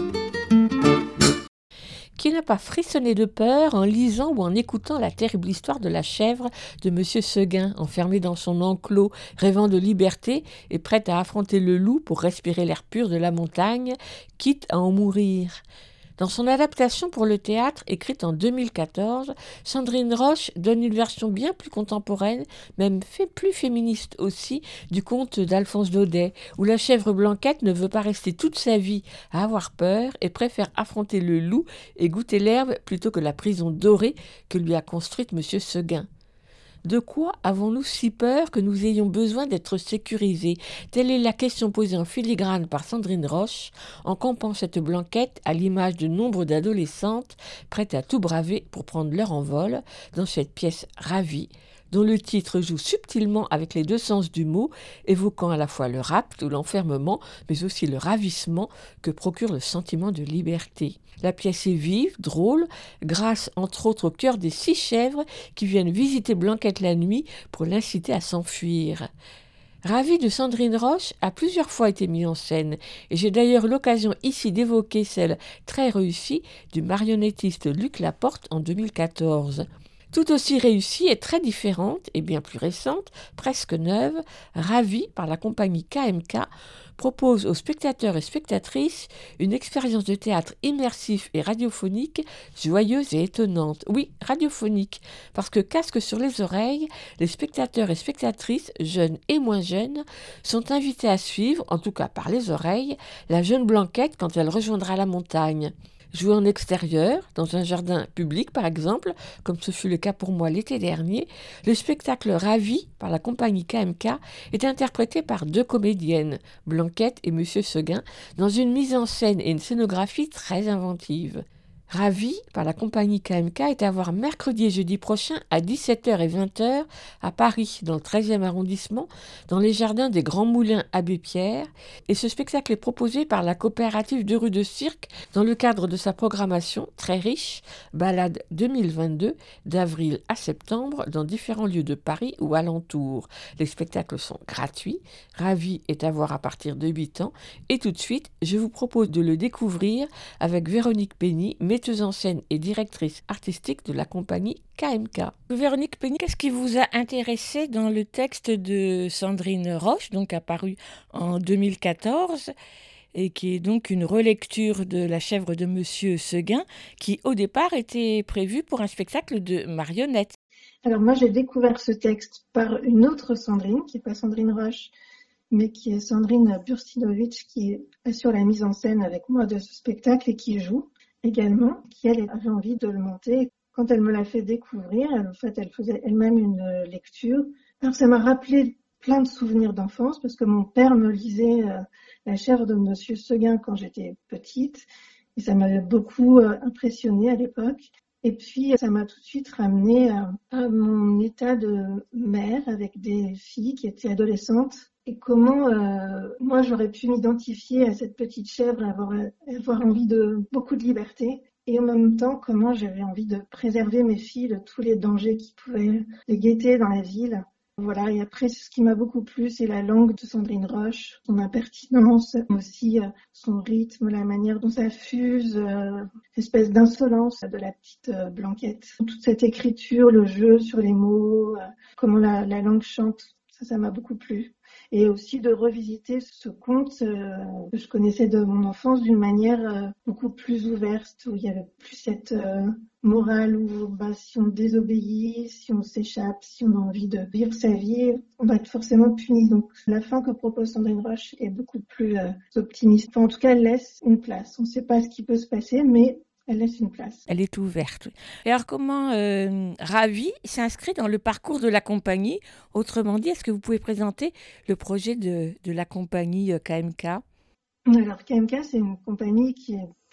Qui n'a pas frissonné de peur en lisant ou en écoutant la terrible histoire de la chèvre de Monsieur Seguin, enfermé dans son enclos, rêvant de liberté et prête à affronter le loup pour respirer l'air pur de la montagne, quitte à en mourir. Dans son adaptation pour le théâtre, écrite en deux mille quatorze, Sandrine Roche donne une version bien plus contemporaine, même fait plus féministe aussi, du conte d'Alphonse Daudet, où la chèvre Blanquette ne veut pas rester toute sa vie à avoir peur et préfère affronter le loup et goûter l'herbe plutôt que la prison dorée que lui a construite Monsieur Seguin. De quoi avons-nous si peur que nous ayons besoin d'être sécurisés ? Telle est la question posée en filigrane par Sandrine Roche, en campant cette Blanquette à l'image de nombre d'adolescentes prêtes à tout braver pour prendre leur envol dans cette pièce ravie, dont le titre joue subtilement avec les deux sens du mot, évoquant à la fois le rapt ou l'enfermement, mais aussi le ravissement que procure le sentiment de liberté. La pièce est vive, drôle, grâce entre autres au cœur des six chèvres qui viennent visiter Blanquette la nuit pour l'inciter à s'enfuir. Ravi de Sandrine Roche a plusieurs fois été mis en scène, et j'ai d'ailleurs l'occasion ici d'évoquer celle très réussie du marionnettiste Luc Laporte en deux mille quatorze. Tout aussi réussie et très différente, et bien plus récente, presque neuve, Ravie par la compagnie K M K, propose aux spectateurs et spectatrices une expérience de théâtre immersif et radiophonique, joyeuse et étonnante. Oui, radiophonique, parce que casque sur les oreilles, les spectateurs et spectatrices, jeunes et moins jeunes, sont invités à suivre, en tout cas par les oreilles, la jeune Blanquette quand elle rejoindra la montagne. Jouer en extérieur, dans un jardin public par exemple, comme ce fut le cas pour moi l'été dernier, le spectacle Ravie par la compagnie K M K est interprété par deux comédiennes, Blanquette et Monsieur Seguin, dans une mise en scène et une scénographie très inventive. Ravie par la compagnie K M K est à voir mercredi et jeudi prochain à dix-sept heures et vingt heures à Paris, dans le treizième arrondissement, dans les jardins des Grands Moulins Abbé Pierre. Et ce spectacle est proposé par la coopérative de rue de Cirque dans le cadre de sa programmation très riche, Balade deux mille vingt-deux, d'avril à septembre, dans différents lieux de Paris ou alentours. Les spectacles sont gratuits. Ravie est à voir à partir de huit ans. Et tout de suite, je vous propose de le découvrir avec Véronique Penny, metteuse en scène et directrice artistique de la compagnie K M K. Véronique Penny, qu'est-ce qui vous a intéressé dans le texte de Sandrine Roche, donc apparu en deux mille quatorze, et qui est donc une relecture de La chèvre de Monsieur Seguin, qui au départ était prévue pour un spectacle de marionnettes? Alors moi, j'ai découvert ce texte par une autre Sandrine, qui n'est pas Sandrine Roche, mais qui est Sandrine Burstinovitch, qui assure la mise en scène avec moi de ce spectacle et qui joue également, qui elle avait envie de le monter. Quand elle me l'a fait découvrir, elle, en fait, elle faisait elle-même une lecture. Alors ça m'a rappelé plein de souvenirs d'enfance, parce que mon père me lisait euh, La chèvre de Monsieur Seguin quand j'étais petite, et ça m'avait beaucoup euh, impressionnée à l'époque. Et puis ça m'a tout de suite ramené à, à mon état de mère avec des filles qui étaient adolescentes. Et comment euh, moi j'aurais pu m'identifier à cette petite chèvre, avoir, avoir envie de beaucoup de liberté. Et en même temps, comment j'avais envie de préserver mes filles de tous les dangers qui pouvaient les guetter dans la ville. Voilà, et après, ce qui m'a beaucoup plu, c'est la langue de Sandrine Roche, son impertinence, aussi euh, son rythme, la manière dont ça fuse, euh, l'espèce d'insolence de la petite euh, Blanquette. Toute cette écriture, le jeu sur les mots, euh, comment la, la langue chante, ça, ça m'a beaucoup plu. Et aussi de revisiter ce conte euh, que je connaissais de mon enfance d'une manière euh, beaucoup plus ouverte, où il y avait plus cette euh, morale où bah, si on désobéit, si on s'échappe, si on a envie de vivre sa vie, on va être forcément puni. Donc la fin que propose Sandrine Roche est beaucoup plus euh, optimiste. Enfin, en tout cas, elle laisse une place. On ne sait pas ce qui peut se passer, mais elle laisse une place. Elle est ouverte. Et alors, comment euh, Ravie s'inscrit dans le parcours de la compagnie? Autrement dit, est-ce que vous pouvez présenter le projet de, de la compagnie K M K? Alors, K M K, c'est une compagnie qui est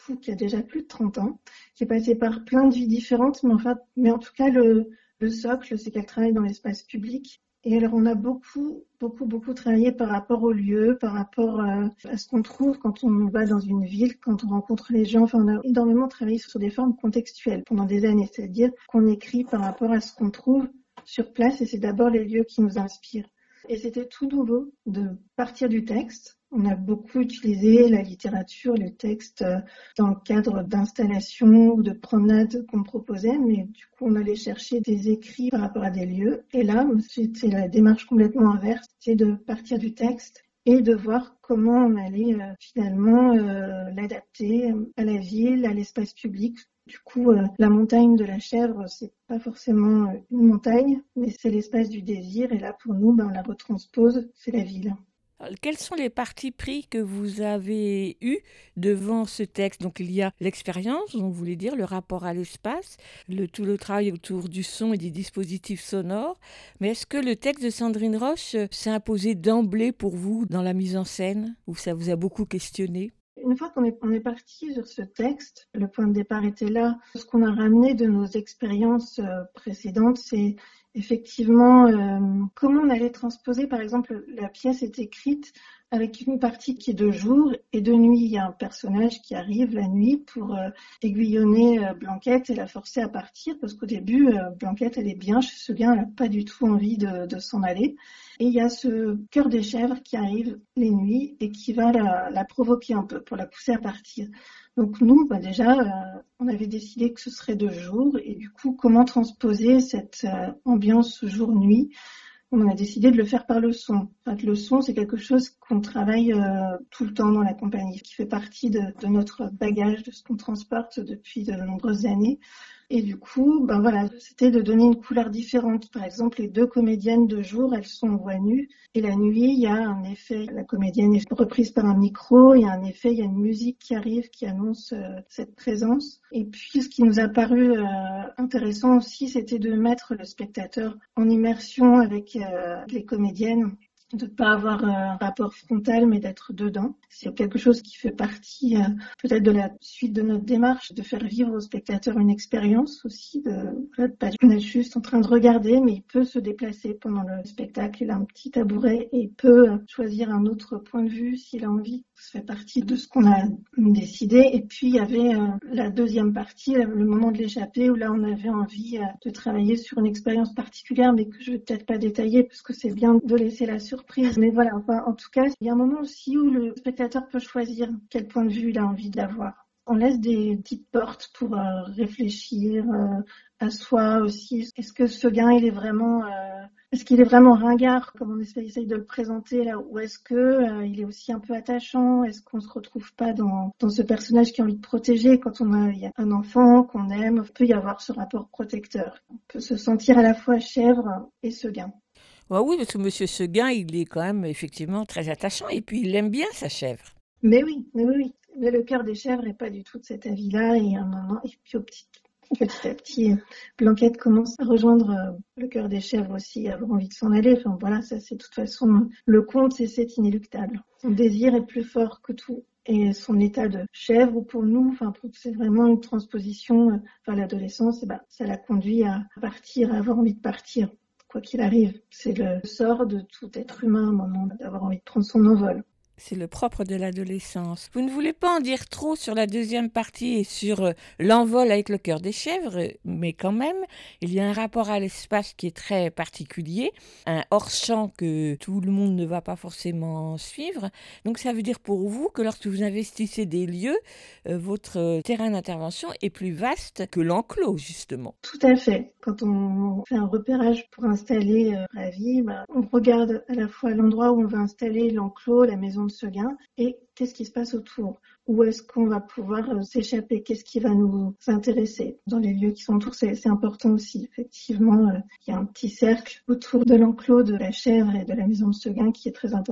coup, qui a déjà plus de trente ans, qui est passée par plein de vies différentes, mais, enfin, mais en tout cas, le, le socle, c'est qu'elle travaille dans l'espace public. Et alors, on a beaucoup, beaucoup, beaucoup travaillé par rapport au lieu, par rapport euh, à ce qu'on trouve quand on va dans une ville, quand on rencontre les gens. Enfin, on a énormément travaillé sur des formes contextuelles pendant des années, c'est-à-dire qu'on écrit par rapport à ce qu'on trouve sur place, et c'est d'abord les lieux qui nous inspirent. Et c'était tout nouveau de partir du texte. On a beaucoup utilisé la littérature, le texte dans le cadre d'installations ou de promenades qu'on proposait, mais du coup on allait chercher des écrits par rapport à des lieux. Et là, c'était la démarche complètement inverse, c'est de partir du texte et de voir comment on allait euh, finalement euh, l'adapter à la ville, à l'espace public. Du coup, euh, la montagne de la chèvre, c'est pas forcément une montagne, mais c'est l'espace du désir. Et là, pour nous, ben, on la retranspose, c'est la ville. Quels sont les partis pris que vous avez eus devant ce texte ? Donc il y a l'expérience, on voulait dire, le rapport à l'espace, le, tout le travail autour du son et des dispositifs sonores. Mais est-ce que le texte de Sandrine Roche s'est imposé d'emblée pour vous dans la mise en scène, ou ça vous a beaucoup questionné ? Une fois qu'on est, on est parti sur ce texte, le point de départ était là. Ce qu'on a ramené de nos expériences précédentes, c'est effectivement euh, comment on allait transposer. Par exemple, la pièce est écrite avec une partie qui est de jour et de nuit. Il y a un personnage qui arrive la nuit pour euh, aiguillonner euh, Blanquette et la forcer à partir, parce qu'au début, euh, Blanquette, elle est bien chez Seguin, elle n'a pas du tout envie de, de s'en aller. Et il y a ce cœur des chèvres qui arrive les nuits et qui va la, la provoquer un peu pour la pousser à partir. Donc nous, bah déjà, euh, on avait décidé que ce serait de jour, et du coup, comment transposer cette euh, ambiance jour-nuit ? On a décidé de le faire par le son. En fait, le son, c'est quelque chose qu'on travaille euh, tout le temps dans la compagnie, qui fait partie de, de notre bagage, de ce qu'on transporte depuis de nombreuses années. Et du coup, ben voilà, c'était de donner une couleur différente. Par exemple, les deux comédiennes de jour, elles sont en voix nue. Et la nuit, il y a un effet, la comédienne est reprise par un micro, il y a un effet, il y a une musique qui arrive, qui annonce euh, cette présence. Et puis, ce qui nous a paru euh, intéressant aussi, c'était de mettre le spectateur en immersion avec euh, les comédiennes, de ne pas avoir un rapport frontal, mais d'être dedans. C'est quelque chose qui fait partie euh, peut-être de la suite de notre démarche, de faire vivre au spectateur une expérience aussi, de ne pas être juste en train de regarder, mais il peut se déplacer pendant le spectacle. Il a un petit tabouret et il peut choisir un autre point de vue s'il a envie. Ça fait partie de ce qu'on a décidé. Et puis, il y avait euh, la deuxième partie, le moment de l'échappée, où là, on avait envie euh, de travailler sur une expérience particulière, mais que je vais peut-être pas détailler, parce que c'est bien de laisser la surprise. Mais voilà, enfin, en tout cas, il y a un moment aussi où le spectateur peut choisir quel point de vue il a envie d'avoir. On laisse des petites portes pour euh, réfléchir euh, à soi aussi. Est-ce que Seguin, il est vraiment, euh, est-ce qu'il est vraiment ringard, comme on essaye, essaye de le présenter là, ou est-ce que euh, il est aussi un peu attachant? Est-ce qu'on se retrouve pas dans dans ce personnage qui a envie de protéger quand on a, il y a un enfant qu'on aime? Il peut y avoir ce rapport protecteur. On peut se sentir à la fois chèvre et Seguin. Ouais, oui, parce que Monsieur Seguin, il est quand même effectivement très attachant, et puis il aime bien sa chèvre. Mais oui, mais oui, oui. Mais le cœur des chèvres n'est pas du tout de cet avis-là, et à un moment, et puis au petit, petit à petit, Blanquette commence à rejoindre le cœur des chèvres aussi, à avoir envie de s'en aller. Enfin voilà, ça c'est de toute façon, le conte, c'est, c'est inéluctable. Son désir est plus fort que tout. Et son état de chèvre, pour nous, enfin, c'est vraiment une transposition vers l'adolescence, et ben, ça l'a conduit à partir, à avoir envie de partir. Quoi qu'il arrive, c'est le sort de tout être humain à un moment d'avoir envie de prendre son envol. C'est le propre de l'adolescence. Vous ne voulez pas en dire trop sur la deuxième partie et sur euh, l'envol avec le cœur des chèvres, mais quand même, il y a un rapport à l'espace qui est très particulier, un hors-champ que tout le monde ne va pas forcément suivre. Donc ça veut dire pour vous que lorsque vous investissez des lieux, euh, votre terrain d'intervention est plus vaste que l'enclos, justement. Tout à fait. Quand on fait un repérage pour installer euh, la vie, bah, on regarde à la fois l'endroit où on va installer l'enclos, la maison de Seguin, et qu'est-ce qui se passe autour. Où est-ce qu'on va pouvoir euh, s'échapper? Qu'est-ce qui va nous intéresser? Dans les lieux qui sont autour, c'est, c'est important aussi. Effectivement, euh, il y a un petit cercle autour de l'enclos de la chèvre et de la maison de Seguin qui est très important.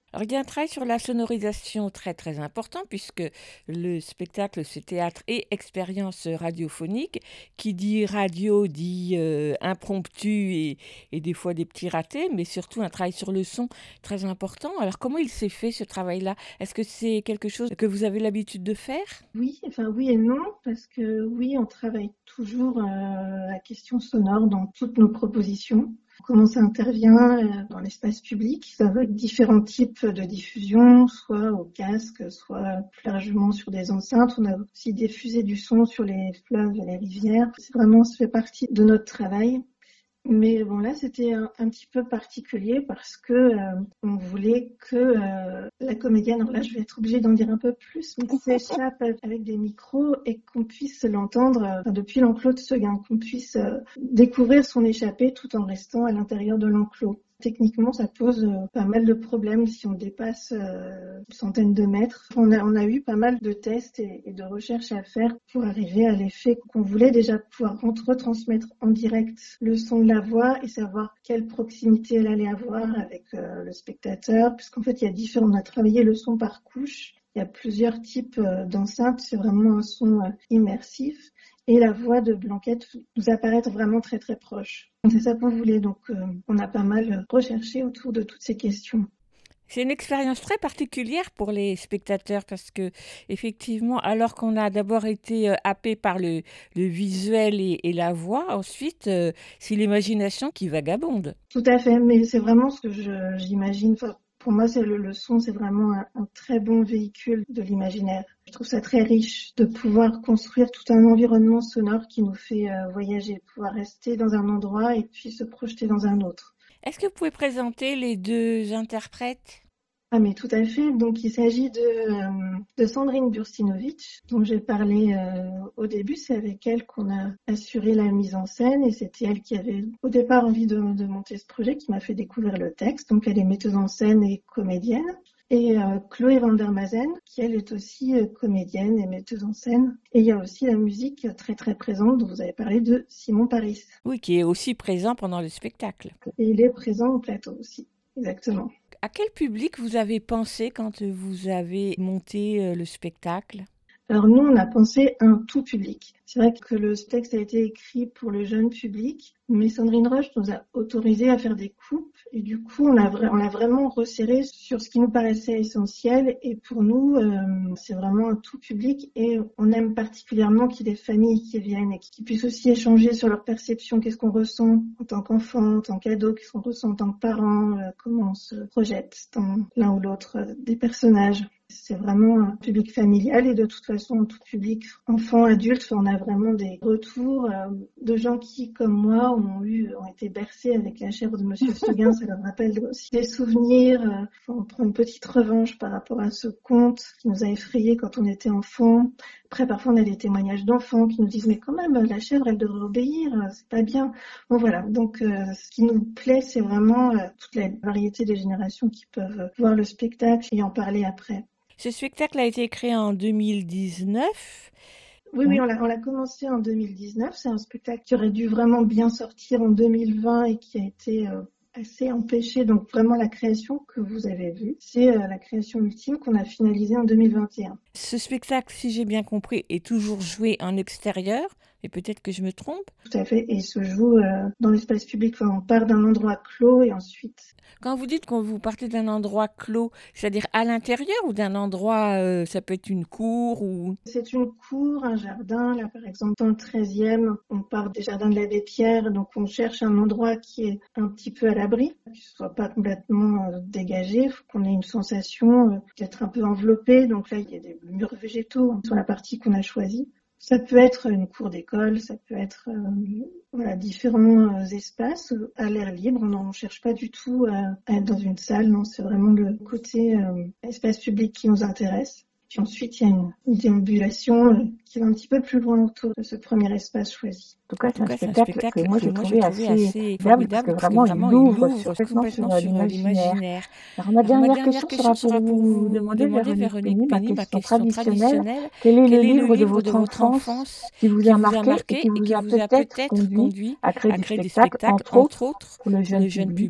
Alors, il y a un travail sur la sonorisation très très important puisque le spectacle, c'est théâtre et expérience radiophonique. Qui dit radio dit euh, impromptu et, et des fois des petits ratés, mais surtout un travail sur le son très important. Alors, comment il s'est fait ce travail-là ? Est-ce que c'est quelque chose que vous avez l'habitude de faire ? Oui, enfin oui et non, parce que oui, on travaille toujours euh, la question sonore dans toutes nos propositions. Comment ça intervient dans l'espace public, avec différents types de diffusion, soit au casque, soit plus largement sur des enceintes. On a aussi diffusé du son sur les fleuves et les rivières. C'est vraiment, ça fait partie de notre travail. Mais bon, là, c'était un, un petit peu particulier parce que euh, on voulait que euh, la comédienne, alors là, je vais être obligée d'en dire un peu plus, mais s'échappe avec des micros et qu'on puisse l'entendre euh, enfin, depuis l'enclos de Seguin, qu'on puisse euh, découvrir son échappée tout en restant à l'intérieur de l'enclos. Techniquement, ça pose euh, pas mal de problèmes si on dépasse euh, une centaine de mètres. On a, on a eu pas mal de tests et, et de recherches à faire pour arriver à l'effet qu'on voulait, déjà pouvoir retransmettre en direct le son de la voix et savoir quelle proximité elle allait avoir avec euh, le spectateur, puisqu'en fait, il y a différents, on a travaillé le son par couche. Il y a plusieurs types euh, d'enceintes, c'est vraiment un son euh, immersif. Et la voix de Blanquette nous apparaît vraiment très très proche. C'est ça qu'on voulait, donc euh, on a pas mal recherché autour de toutes ces questions. C'est une expérience très particulière pour les spectateurs parce que, effectivement, alors qu'on a d'abord été euh, happé par le, le visuel et, et la voix, ensuite, euh, c'est l'imagination qui vagabonde. Tout à fait, mais c'est vraiment ce que je, j'imagine. Enfin, pour moi, c'est le, le son, c'est vraiment un, un très bon véhicule de l'imaginaire. Je trouve ça très riche de pouvoir construire tout un environnement sonore qui nous fait euh, voyager, pouvoir rester dans un endroit et puis se projeter dans un autre. Est-ce que vous pouvez présenter les deux interprètes ? Ah mais tout à fait. Donc il s'agit de, euh, de Sandrine Burstinovic, dont j'ai parlé euh, au début. C'est avec elle qu'on a assuré la mise en scène et c'était elle qui avait au départ envie de, de monter ce projet, qui m'a fait découvrir le texte. Donc elle est metteuse en scène et comédienne. Et euh, Chloé van der Mazen, qui elle est aussi euh, comédienne et metteuse en scène. Et il y a aussi la musique très très présente dont vous avez parlé de Simon Paris. Oui, qui est aussi présent pendant le spectacle. Et il est présent au plateau aussi, exactement. À quel public vous avez pensé quand vous avez monté le spectacle ? Alors nous, on a pensé à un tout public. C'est vrai que le texte a été écrit pour le jeune public, mais Sandrine Roche nous a autorisé à faire des coupes et du coup, on a, vra- on a vraiment resserré sur ce qui nous paraissait essentiel et pour nous, euh, c'est vraiment un tout public et on aime particulièrement qu'il y ait des familles qui viennent et qui puissent aussi échanger sur leur perception, qu'est-ce qu'on ressent en tant qu'enfant, en tant qu'ado, qu'est-ce qu'on ressent en tant que parent, euh, comment on se projette dans l'un ou l'autre euh, des personnages. C'est vraiment un public familial et de toute façon, tout public, enfants, adultes, on a vraiment des retours euh, de gens qui, comme moi, ont eu, ont été bercés avec la chèvre de Monsieur Seguin. Ça leur rappelle aussi des souvenirs. Euh, on prend une petite revanche par rapport à ce conte qui nous a effrayés quand on était enfant. Après, parfois, on a des témoignages d'enfants qui nous disent, mais quand même, la chèvre, elle devrait obéir, c'est pas bien. Bon, voilà. Donc, euh, ce qui nous plaît, c'est vraiment euh, toute la variété des générations qui peuvent voir le spectacle et en parler après. Ce spectacle a été créé en deux mille dix-neuf. Oui, oui, on l'a, on l'a commencé en deux mille dix-neuf. C'est un spectacle qui aurait dû vraiment bien sortir en deux mille vingt et qui a été euh, assez empêché. Donc vraiment la création que vous avez vue, c'est euh, la création ultime qu'on a finalisée en deux mille vingt et un. Ce spectacle, si j'ai bien compris, est toujours joué en extérieur. Et peut-être que je me trompe. Tout à fait, et il se joue euh, dans l'espace public. Enfin, on part d'un endroit clos et ensuite... Quand vous dites qu'on vous partez d'un endroit clos, c'est-à-dire à l'intérieur ou d'un endroit, euh, ça peut être une cour ou... C'est une cour, un jardin. Là, par exemple, dans le treizième, on part des jardins de l'Abbé Pierre. Donc, on cherche un endroit qui est un petit peu à l'abri, qui ne soit pas complètement euh, dégagé. Il faut qu'on ait une sensation euh, d'être un peu enveloppé. Donc là, il y a des murs végétaux hein, sur la partie qu'on a choisie. Ça peut être une cour d'école, ça peut être euh, voilà, différents euh, espaces à l'air libre. On ne cherche pas du tout à, à être dans une salle, non, c'est vraiment le côté euh, espace public qui nous intéresse. Puis ensuite, il y a une, une déambulation euh, qui va un petit peu plus loin autour de ce premier espace choisi. En tout cas, c'est un, cas, spectacle, c'est un spectacle que moi j'ai trouvé assez, assez formidable parce que vraiment, vraiment il ouvre sur, complètement sur l'imaginaire. Alors ma dernière, Alors, ma dernière question sera pour vous demander, demander Véronique Penny, ma question traditionnelle, quel est le livre de votre enfance qui vous a marqué et qui vous a peut-être conduit à créer des spectacles, entre autres, pour le jeune public ?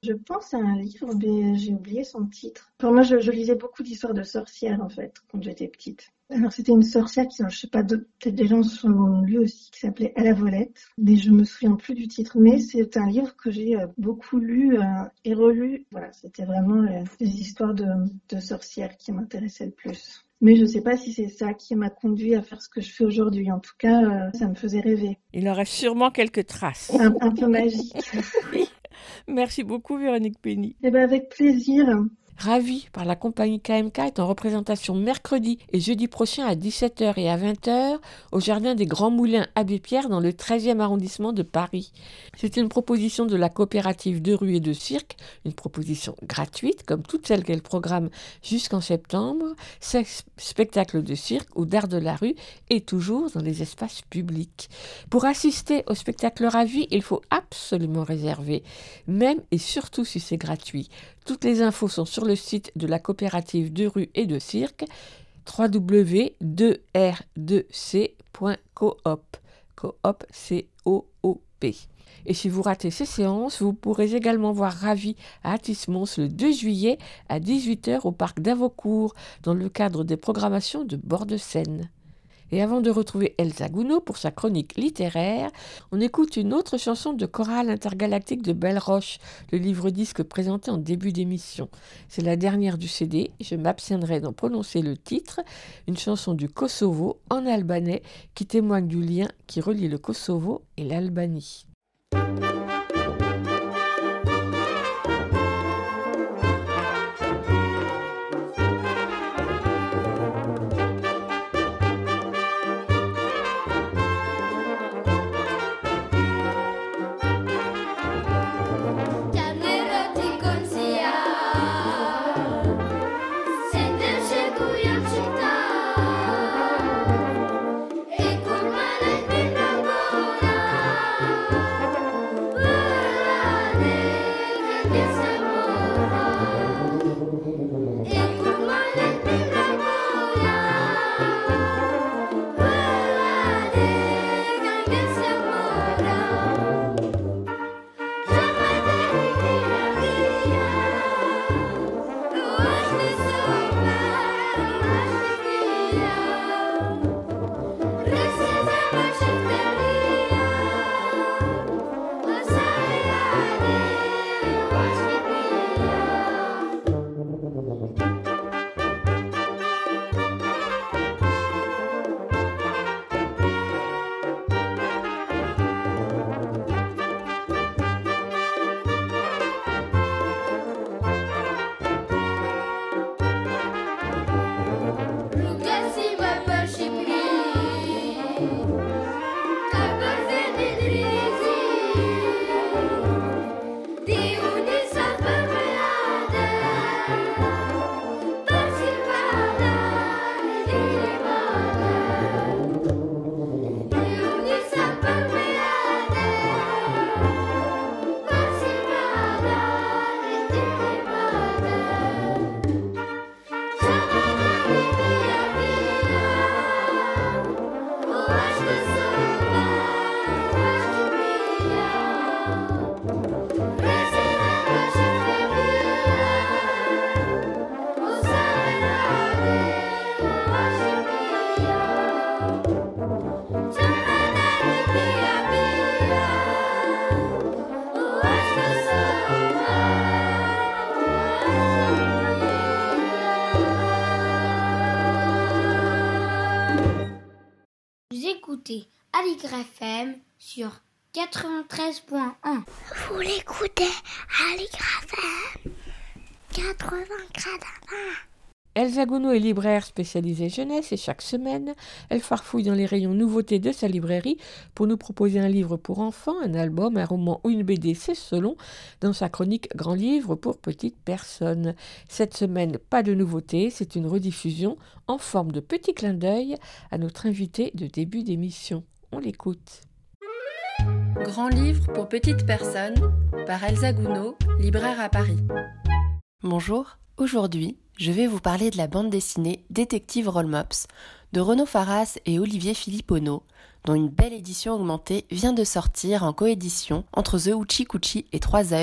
Je pense à un livre, mais j'ai oublié son titre. Enfin, moi, je, je lisais beaucoup d'histoires de sorcières, en fait, quand j'étais petite. Alors, c'était une sorcière qui, je sais pas, peut-être des gens sont lu aussi, qui s'appelait À la volette, mais je me souviens plus du titre. Mais c'est un livre que j'ai beaucoup lu euh, et relu. Voilà, c'était vraiment euh, les histoires de, de sorcières qui m'intéressaient le plus. Mais je ne sais pas si c'est ça qui m'a conduit à faire ce que je fais aujourd'hui. En tout cas, euh, ça me faisait rêver. Il en reste sûrement quelques traces. Un, un peu magique. Merci beaucoup, Véronique Penny. Eh ben, avec plaisir. Ravi par la compagnie K M K est en représentation mercredi et jeudi prochain à dix-sept heures et à vingt heures au Jardin des Grands Moulins Abbé Pierre dans le treizième arrondissement de Paris. C'est une proposition de la coopérative de rue et de cirque, une proposition gratuite comme toutes celles qu'elle programme jusqu'en septembre, seize spectacles de cirque ou d'art de la rue et toujours dans les espaces publics. Pour assister au spectacle Ravi, il faut absolument réserver, même et surtout si c'est gratuit. Toutes les infos sont sur le site de la coopérative de rue et de cirque w w w point deux r deux c point coop. Coop, C O O P. Et si vous ratez ces séances, vous pourrez également voir Ravi à Athis-Mons le deux juillet à dix-huit heures au parc d'Avocourt dans le cadre des programmations de bord de Seine. Et avant de retrouver Elsa Gounod pour sa chronique littéraire, on écoute une autre chanson de Chorale intergalactique de Belle Roche, le livre-disque présenté en début d'émission. C'est la dernière du C D, je m'abstiendrai d'en prononcer le titre, une chanson du Kosovo en albanais qui témoigne du lien qui relie le Kosovo et l'Albanie. Aligre F M sur quatre-vingt-treize point un. Vous l'écoutez, Aligre F M quatre-vingts un. Elsa Gounod est libraire spécialisée jeunesse et chaque semaine, elle farfouille dans les rayons nouveautés de sa librairie pour nous proposer un livre pour enfants, un album, un roman ou une B D, c'est selon, dans sa chronique Grand livre pour petites personnes. Cette semaine, pas de nouveauté, c'est une rediffusion en forme de petit clin d'œil à notre invité de début d'émission. On l'écoute. Grand livre pour petites personnes par Elsa Gounod, libraire à Paris. Bonjour, aujourd'hui, je vais vous parler de la bande dessinée Détective Rollmops de Renaud Faras et Olivier Filippono, dont une belle édition augmentée vient de sortir en coédition entre The Hoochie Coochie et Trois Œils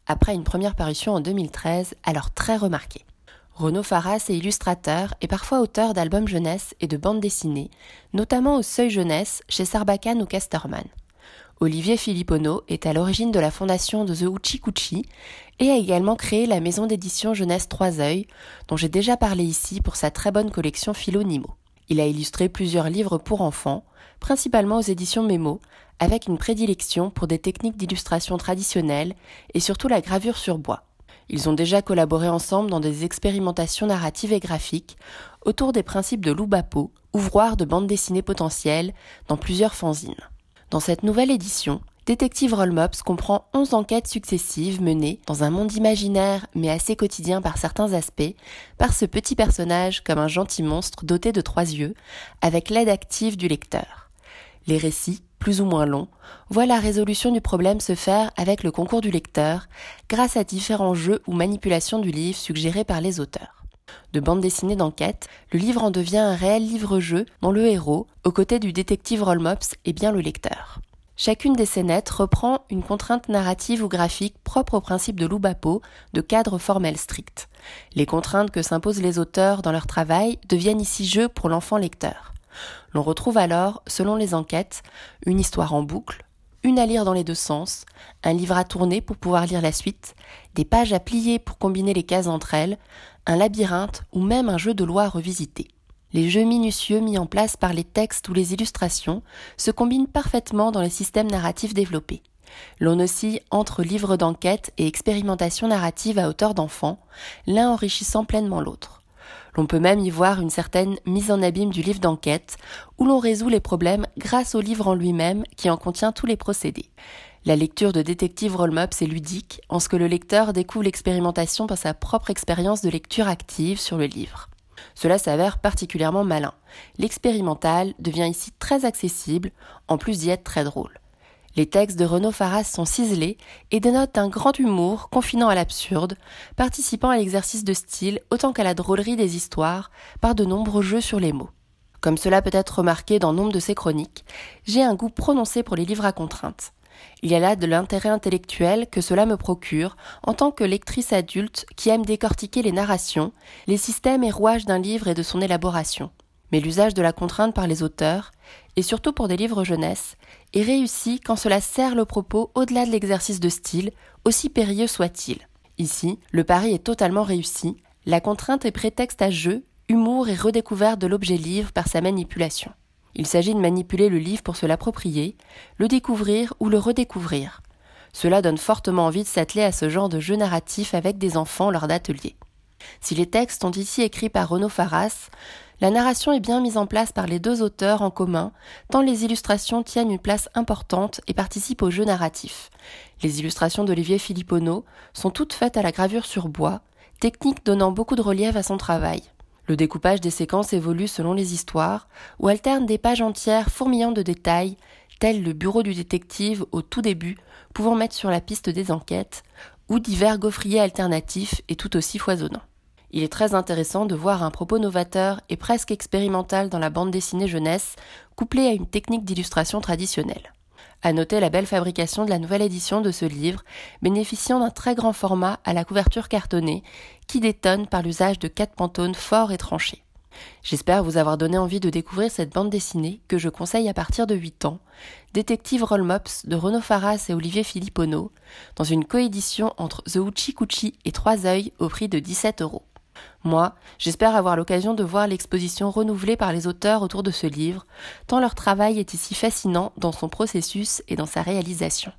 après une première parution en deux mille treize, alors très remarquée. Renaud Faras est illustrateur et parfois auteur d'albums jeunesse et de bandes dessinées, notamment au Seuil Jeunesse, chez Sarbacane ou Casterman. Olivier Filippono est à l'origine de la fondation de The Hoochie Coochie et a également créé la maison d'édition jeunesse Trois Œils, dont j'ai déjà parlé ici pour sa très bonne collection Philo Nimo. Il a illustré plusieurs livres pour enfants, principalement aux éditions Mémo, avec une prédilection pour des techniques d'illustration traditionnelles et surtout la gravure sur bois. Ils ont déjà collaboré ensemble dans des expérimentations narratives et graphiques autour des principes de l'Oubapo, ouvroir de bande dessinée potentielle, dans plusieurs fanzines. Dans cette nouvelle édition, Détective Rollmops comprend onze enquêtes successives menées dans un monde imaginaire mais assez quotidien par certains aspects, par ce petit personnage comme un gentil monstre doté de trois yeux, avec l'aide active du lecteur. Les récits, plus ou moins longs, voient la résolution du problème se faire avec le concours du lecteur, grâce à différents jeux ou manipulations du livre suggérés par les auteurs. De bande dessinée d'enquête, le livre en devient un réel livre-jeu dont le héros, aux côtés du détective Rollmops, est bien le lecteur. Chacune des scénettes reprend une contrainte narrative ou graphique propre au principe de l'Oubapo, de cadre formel strict. Les contraintes que s'imposent les auteurs dans leur travail deviennent ici jeux pour l'enfant lecteur. L'on retrouve alors, selon les enquêtes, une histoire en boucle, une à lire dans les deux sens, un livre à tourner pour pouvoir lire la suite, des pages à plier pour combiner les cases entre elles, un labyrinthe ou même un jeu de loi à revisiter. Les jeux minutieux mis en place par les textes ou les illustrations se combinent parfaitement dans les systèmes narratifs développés. L'on oscille entre livres d'enquête et expérimentation narrative à hauteur d'enfant, l'un enrichissant pleinement l'autre. L'on peut même y voir une certaine mise en abîme du livre d'enquête, où l'on résout les problèmes grâce au livre en lui-même qui en contient tous les procédés. La lecture de Détective Rollmops est ludique, en ce que le lecteur découvre l'expérimentation par sa propre expérience de lecture active sur le livre. Cela s'avère particulièrement malin. L'expérimental devient ici très accessible, en plus d'y être très drôle. Les textes de Renaud Faras sont ciselés et dénotent un grand humour confinant à l'absurde, participant à l'exercice de style autant qu'à la drôlerie des histoires par de nombreux jeux sur les mots. Comme cela peut être remarqué dans nombre de ses chroniques, j'ai un goût prononcé pour les livres à contraintes. Il y a là de l'intérêt intellectuel que cela me procure en tant que lectrice adulte qui aime décortiquer les narrations, les systèmes et rouages d'un livre et de son élaboration. Mais l'usage de la contrainte par les auteurs, et surtout pour des livres jeunesse, est réussi quand cela sert le propos au-delà de l'exercice de style, aussi périlleux soit-il. Ici, le pari est totalement réussi, la contrainte est prétexte à jeu, humour et redécouverte de l'objet livre par sa manipulation. Il s'agit de manipuler le livre pour se l'approprier, le découvrir ou le redécouvrir. Cela donne fortement envie de s'atteler à ce genre de jeu narratif avec des enfants lors d'ateliers. Si les textes sont ici écrits par Renaud Faras, la narration est bien mise en place par les deux auteurs en commun, tant les illustrations tiennent une place importante et participent au jeu narratif. Les illustrations d'Olivier Filippono sont toutes faites à la gravure sur bois, technique donnant beaucoup de relief à son travail. Le découpage des séquences évolue selon les histoires, ou alterne des pages entières fourmillant de détails, tels le bureau du détective au tout début, pouvant mettre sur la piste des enquêtes, ou divers gaufriers alternatifs et tout aussi foisonnants. Il est très intéressant de voir un propos novateur et presque expérimental dans la bande dessinée jeunesse, couplé à une technique d'illustration traditionnelle. À noter la belle fabrication de la nouvelle édition de ce livre, bénéficiant d'un très grand format à la couverture cartonnée, qui détonne par l'usage de quatre pantones forts et tranchés. J'espère vous avoir donné envie de découvrir cette bande dessinée que je conseille à partir de huit ans, Détective Rollmops de Renaud Faras et Olivier Filippono, dans une coédition entre The Hoochie Coochie et Trois Œils au prix de dix-sept euros. Moi, j'espère avoir l'occasion de voir l'exposition renouvelée par les auteurs autour de ce livre, tant leur travail est ici fascinant dans son processus et dans sa réalisation.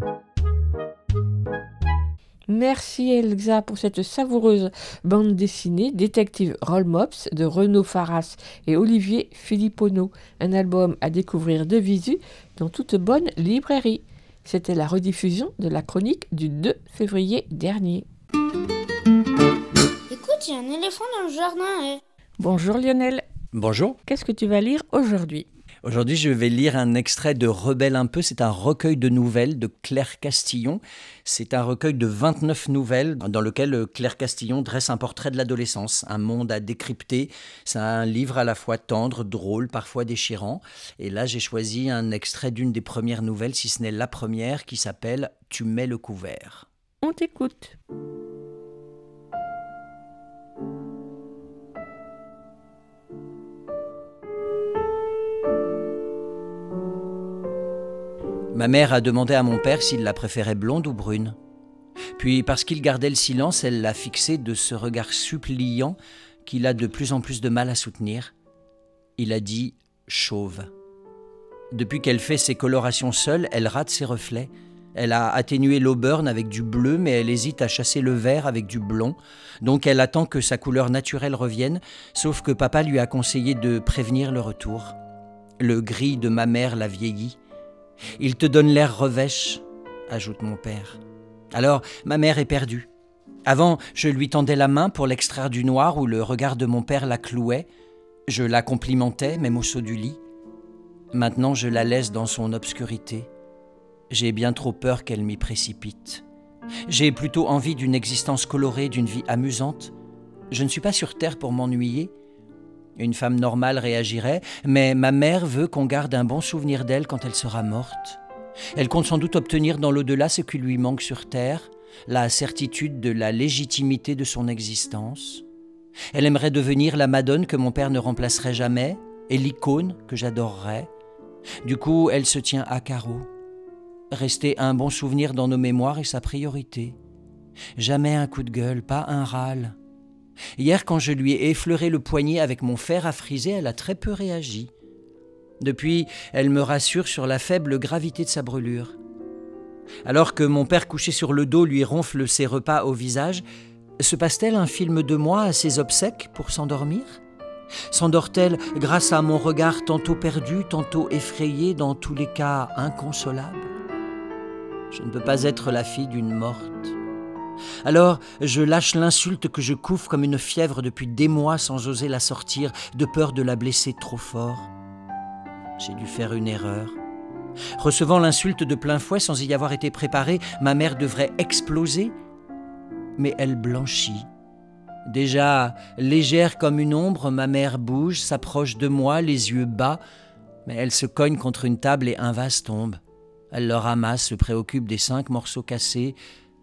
Merci Elsa pour cette savoureuse bande dessinée Détective Rollmops de Renaud Faras et Olivier Filippono, un album à découvrir de visu dans toute bonne librairie. C'était la rediffusion de la chronique du deux février dernier. Écoute, il y a un éléphant dans le jardin. Et... Bonjour Lionel. Bonjour. Qu'est-ce que tu vas lire aujourd'hui ? Aujourd'hui, je vais lire un extrait de Rebelle un peu. C'est un recueil de nouvelles de Claire Castillon. C'est un recueil de vingt-neuf nouvelles dans lequel Claire Castillon dresse un portrait de l'adolescence, un monde à décrypter. C'est un livre à la fois tendre, drôle, parfois déchirant. Et là, j'ai choisi un extrait d'une des premières nouvelles, si ce n'est la première, qui s'appelle « Tu mets le couvert ». On t'écoute. Ma mère a demandé à mon père s'il la préférait blonde ou brune. Puis, parce qu'il gardait le silence, elle l'a fixé de ce regard suppliant qu'il a de plus en plus de mal à soutenir. Il a dit « chauve ». Depuis qu'elle fait ses colorations seule, elle rate ses reflets. Elle a atténué l'auburn avec du bleu, mais elle hésite à chasser le vert avec du blond. Donc elle attend que sa couleur naturelle revienne, sauf que papa lui a conseillé de prévenir le retour. Le gris de ma mère l'a vieilli. « Il te donne l'air revêche », ajoute mon père. Alors, ma mère est perdue. Avant, je lui tendais la main pour l'extraire du noir où le regard de mon père la clouait. Je la complimentais, même au saut du lit. Maintenant, je la laisse dans son obscurité. J'ai bien trop peur qu'elle m'y précipite. J'ai plutôt envie d'une existence colorée, d'une vie amusante. Je ne suis pas sur terre pour m'ennuyer. Une femme normale réagirait, mais ma mère veut qu'on garde un bon souvenir d'elle quand elle sera morte. Elle compte sans doute obtenir dans l'au-delà ce qui lui manque sur terre, la certitude de la légitimité de son existence. Elle aimerait devenir la Madone que mon père ne remplacerait jamais, et l'icône que j'adorerais. Du coup, elle se tient à carreau. Rester un bon souvenir dans nos mémoires est sa priorité. Jamais un coup de gueule, pas un râle. Hier, quand je lui ai effleuré le poignet avec mon fer à friser, elle a très peu réagi. Depuis, elle me rassure sur la faible gravité de sa brûlure. Alors que mon père couché sur le dos lui ronfle ses repas au visage, se passe-t-elle un film de moi à ses obsèques pour s'endormir ? S'endort-elle grâce à mon regard tantôt perdu, tantôt effrayé, dans tous les cas inconsolable ? Je ne peux pas être la fille d'une morte. Alors, je lâche l'insulte que je couvre comme une fièvre depuis des mois sans oser la sortir, de peur de la blesser trop fort. J'ai dû faire une erreur. Recevant l'insulte de plein fouet sans y avoir été préparée, ma mère devrait exploser, mais elle blanchit. Déjà légère comme une ombre, ma mère bouge, s'approche de moi, les yeux bas, mais elle se cogne contre une table et un vase tombe. Elle le ramasse, se préoccupe des cinq morceaux cassés.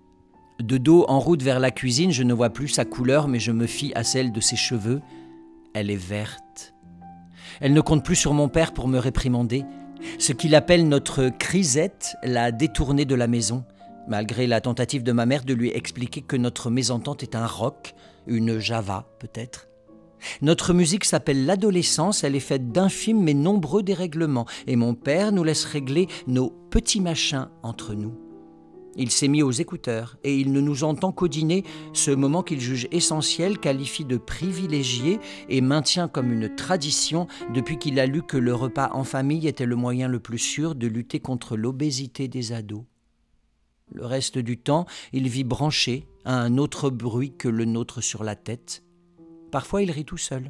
De dos en route vers la cuisine, je ne vois plus sa couleur, mais je me fie à celle de ses cheveux. Elle est verte. Elle ne compte plus sur mon père pour me réprimander. Ce qu'il appelle notre crisette l'a détournée de la maison, malgré la tentative de ma mère de lui expliquer que notre mésentente est un rock, une java peut-être. Notre musique s'appelle l'adolescence, elle est faite d'infimes mais nombreux dérèglements, et mon père nous laisse régler nos petits machins entre nous. Il s'est mis aux écouteurs et il ne nous entend qu'au dîner, ce moment qu'il juge essentiel, qualifie de privilégié et maintient comme une tradition depuis qu'il a lu que le repas en famille était le moyen le plus sûr de lutter contre l'obésité des ados. Le reste du temps, il vit branché à un autre bruit que le nôtre sur la tête. Parfois, il rit tout seul.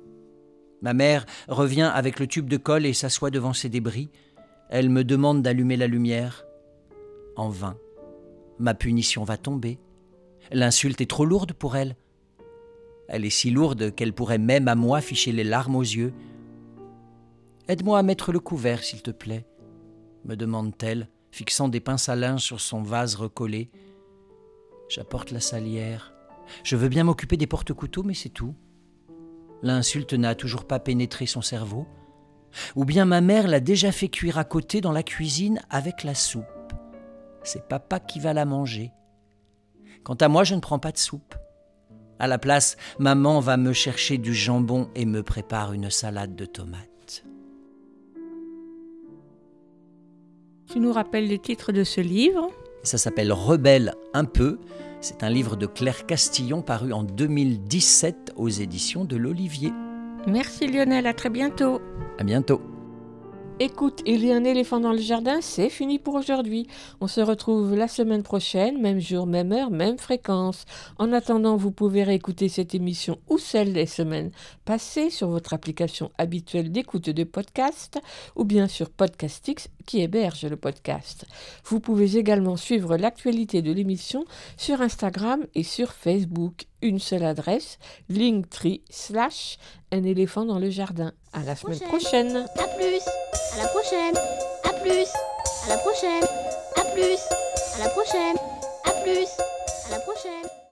Ma mère revient avec le tube de colle et s'assoit devant ses débris. Elle me demande d'allumer la lumière. En vain. Ma punition va tomber. L'insulte est trop lourde pour elle. Elle est si lourde qu'elle pourrait même à moi ficher les larmes aux yeux. « Aide-moi à mettre le couvert, s'il te plaît », me demande-t-elle, fixant des pinces à linge sur son vase recollé. J'apporte la salière. Je veux bien m'occuper des porte-couteaux, mais c'est tout. L'insulte n'a toujours pas pénétré son cerveau. Ou bien ma mère l'a déjà fait cuire à côté dans la cuisine avec la soupe. C'est papa qui va la manger. Quant à moi, je ne prends pas de soupe. À la place, maman va me chercher du jambon et me prépare une salade de tomates. Tu nous rappelles le titre de ce livre ? Ça s'appelle « Rebelle un peu ». C'est un livre de Claire Castillon paru en deux mille dix-sept aux éditions de l'Olivier. Merci Lionel, à très bientôt. À bientôt. Écoute, il y a un éléphant dans le jardin, c'est fini pour aujourd'hui. On se retrouve la semaine prochaine, même jour, même heure, même fréquence. En attendant, vous pouvez réécouter cette émission ou celle des semaines passées sur votre application habituelle d'écoute de podcast ou bien sur Podcastix qui héberge le podcast. Vous pouvez également suivre l'actualité de l'émission sur Instagram et sur Facebook. Une seule adresse, linktree slash un éléphant dans le jardin. À la semaine prochaine. À plus. À la prochaine. À plus. À la prochaine. À plus. À la prochaine. À plus. plus. À la prochaine.